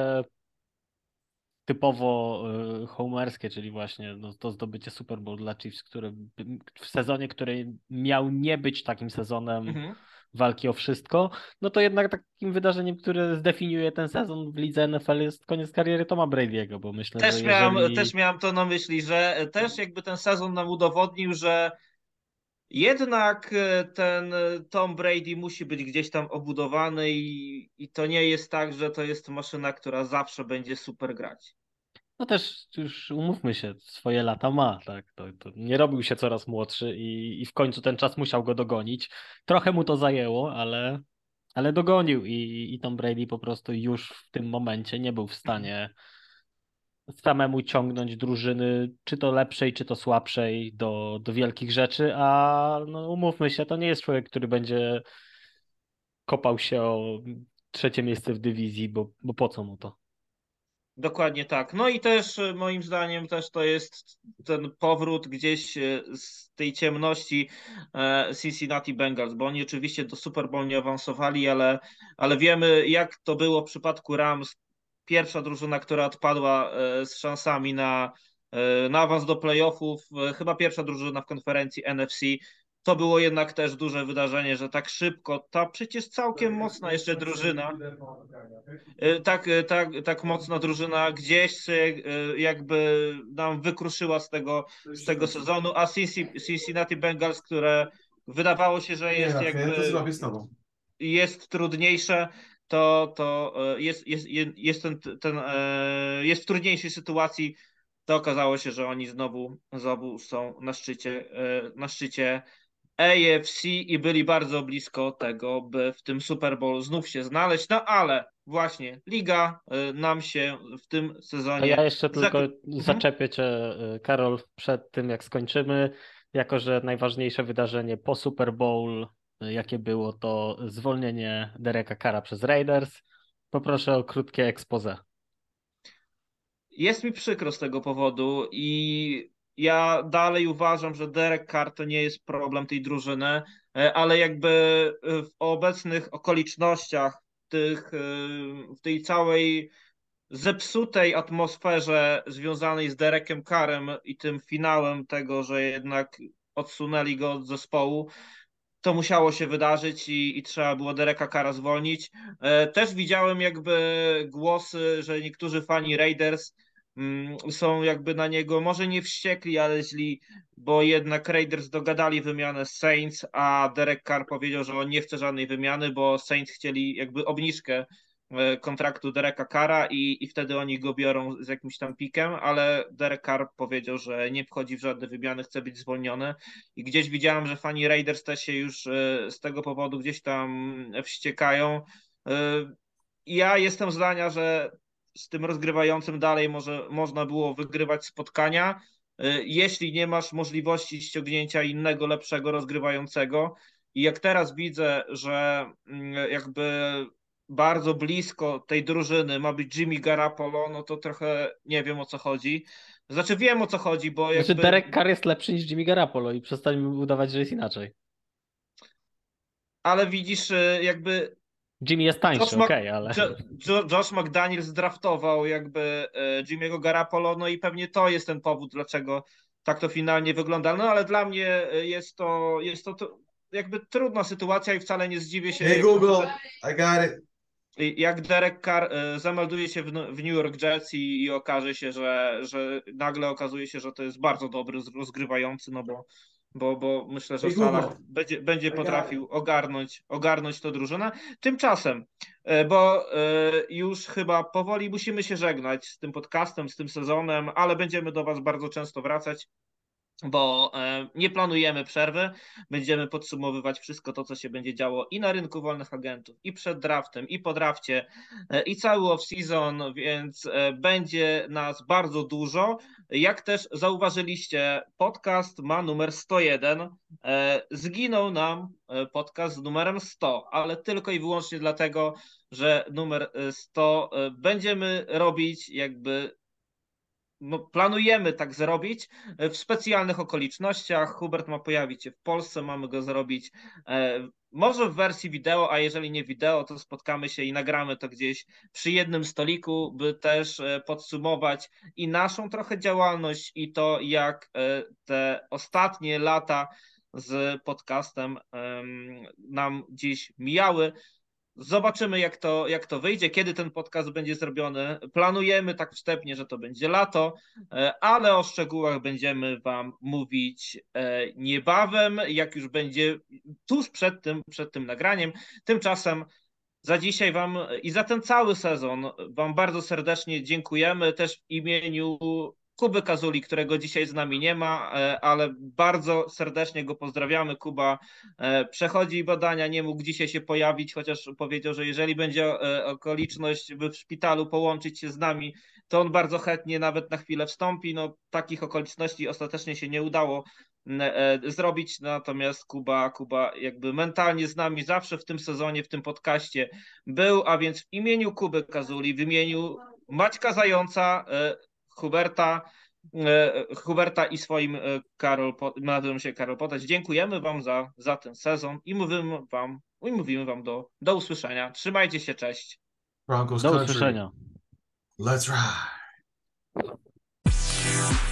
typowo homerskie, czyli właśnie no, to zdobycie Super Bowl dla Chiefs, w sezonie, który miał nie być takim sezonem Mhm. walki o wszystko, no to jednak takim wydarzeniem, które zdefiniuje ten sezon w lidze NFL jest koniec kariery Toma Brady'ego, bo myślę, że Też miałem to na myśli, że też jakby ten sezon nam udowodnił, że jednak ten Tom Brady musi być gdzieś tam obudowany i to nie jest tak, że to jest maszyna, która zawsze będzie super grać. no też już umówmy się, swoje lata ma, tak, to nie robił się coraz młodszy i w końcu ten czas musiał go dogonić. Trochę mu to zajęło, ale dogonił i Tom Brady po prostu już w tym momencie nie był w stanie samemu ciągnąć drużyny, czy to lepszej, czy to słabszej do wielkich rzeczy, a no, umówmy się, to nie jest człowiek, który będzie kopał się o trzecie miejsce w dywizji, bo po co mu to? Dokładnie tak. No i też moim zdaniem też to jest ten powrót gdzieś z tej ciemności Cincinnati Bengals, bo oni oczywiście do Super Bowl nie awansowali, ale wiemy jak to było w przypadku Rams. Pierwsza drużyna, która odpadła z szansami na awans do playoffów, chyba pierwsza drużyna w konferencji NFC. to było jednak też duże wydarzenie, że tak szybko, ta przecież całkiem mocna jeszcze drużyna, tak mocna drużyna gdzieś jakby nam wykruszyła z tego sezonu, a Cincinnati Bengals, które wydawało się, że Nie, jest Rafał, ja to jakby zrobię z tobą. jest trudniejsze, to jest w trudniejszej sytuacji, to okazało się, że oni znowu są na szczycie AFC i byli bardzo blisko tego, by w tym Super Bowl znów się znaleźć, no ale właśnie Liga nam się w tym To sezonie... ja jeszcze tylko Mhm. zaczepię cię, Karol, przed tym jak skończymy, jako że najważniejsze wydarzenie po Super Bowl, jakie było, to zwolnienie Dereka Carra przez Raiders. Poproszę o krótkie expose. Jest mi przykro z tego powodu i ja dalej uważam, że Derek Carr to nie jest problem tej drużyny, ale jakby w obecnych okolicznościach, w tej całej zepsutej atmosferze związanej z Derekiem Carrem i tym finałem tego, że jednak odsunęli go od zespołu, to musiało się wydarzyć i trzeba było Dereka Carra zwolnić. Też widziałem jakby głosy, że niektórzy fani Raiders są jakby na niego może nie wściekli, ale źli, bo jednak Raiders dogadali wymianę z Saints, a Derek Carr powiedział, że on nie chce żadnej wymiany, bo Saints chcieli jakby obniżkę kontraktu Dereka Carra i wtedy oni go biorą z jakimś tam pikiem, ale Derek Carr powiedział, że nie wchodzi w żadne wymiany, chce być zwolniony i gdzieś widziałem, że fani Raiders też się już z tego powodu gdzieś tam wściekają. Ja jestem zdania, że z tym rozgrywającym dalej można było wygrywać spotkania, jeśli nie masz możliwości ściągnięcia innego, lepszego rozgrywającego. I jak teraz widzę, że jakby bardzo blisko tej drużyny ma być Jimmy Garoppolo, no to trochę nie wiem, o co chodzi. Znaczy wiem, o co chodzi, bo Znaczy jakby... Derek Carr jest lepszy niż Jimmy Garoppolo i przestańmy udawać, że jest inaczej. Ale widzisz, jakby Jimmy jest tańszy, okej, ale... Josh McDaniels zdraftował jakby Jimmy'ego Garoppolo, no i pewnie to jest ten powód, dlaczego tak to finalnie wygląda. No ale dla mnie jest to jakby trudna sytuacja i wcale nie zdziwię się, Hey Google, I got it. jak Derek Carr zamelduje się w New York Jets i okaże się, że nagle okazuje się, że to jest bardzo dobry rozgrywający, no bo myślę, że Hey Salah Google, będzie potrafił ogarnąć tę drużynę. Tymczasem, bo już chyba powoli musimy się żegnać z tym podcastem, z tym sezonem, ale będziemy do Was bardzo często wracać, bo nie planujemy przerwy. Będziemy podsumowywać wszystko to, co się będzie działo i na rynku wolnych agentów, i przed draftem, i po drafcie, i cały off-season, więc będzie nas bardzo dużo. Jak też zauważyliście, podcast ma numer 101. Zginął nam podcast z numerem 100, ale tylko i wyłącznie dlatego, że numer 100 będziemy robić jakby no, planujemy tak zrobić w specjalnych okolicznościach. Hubert ma pojawić się w Polsce, mamy go zrobić może w wersji wideo, a jeżeli nie wideo, to spotkamy się i nagramy to gdzieś przy jednym stoliku, by też podsumować i naszą trochę działalność i to, jak te ostatnie lata z podcastem nam dziś mijały. Zobaczymy, jak to wyjdzie, kiedy ten podcast będzie zrobiony. Planujemy tak wstępnie, że to będzie lato, ale o szczegółach będziemy Wam mówić niebawem, jak już będzie tuż przed tym nagraniem. Tymczasem za dzisiaj Wam i za ten cały sezon Wam bardzo serdecznie dziękujemy, też w imieniu Kuby Kazuli, którego dzisiaj z nami nie ma, ale bardzo serdecznie go pozdrawiamy. Kuba przechodzi badania, nie mógł dzisiaj się pojawić, chociaż powiedział, że jeżeli będzie okoliczność, by w szpitalu połączyć się z nami, to on bardzo chętnie nawet na chwilę wstąpi. No, takich okoliczności ostatecznie się nie udało zrobić, natomiast Kuba jakby mentalnie z nami zawsze w tym sezonie, w tym podcaście był, a więc w imieniu Kuby Kazuli, w imieniu Maćka Zająca, Huberta i swoim nazywam się Karol Potać. Dziękujemy Wam za ten sezon i mówimy Wam do usłyszenia. Trzymajcie się, cześć. Broncos Do country. usłyszenia. Let's ride.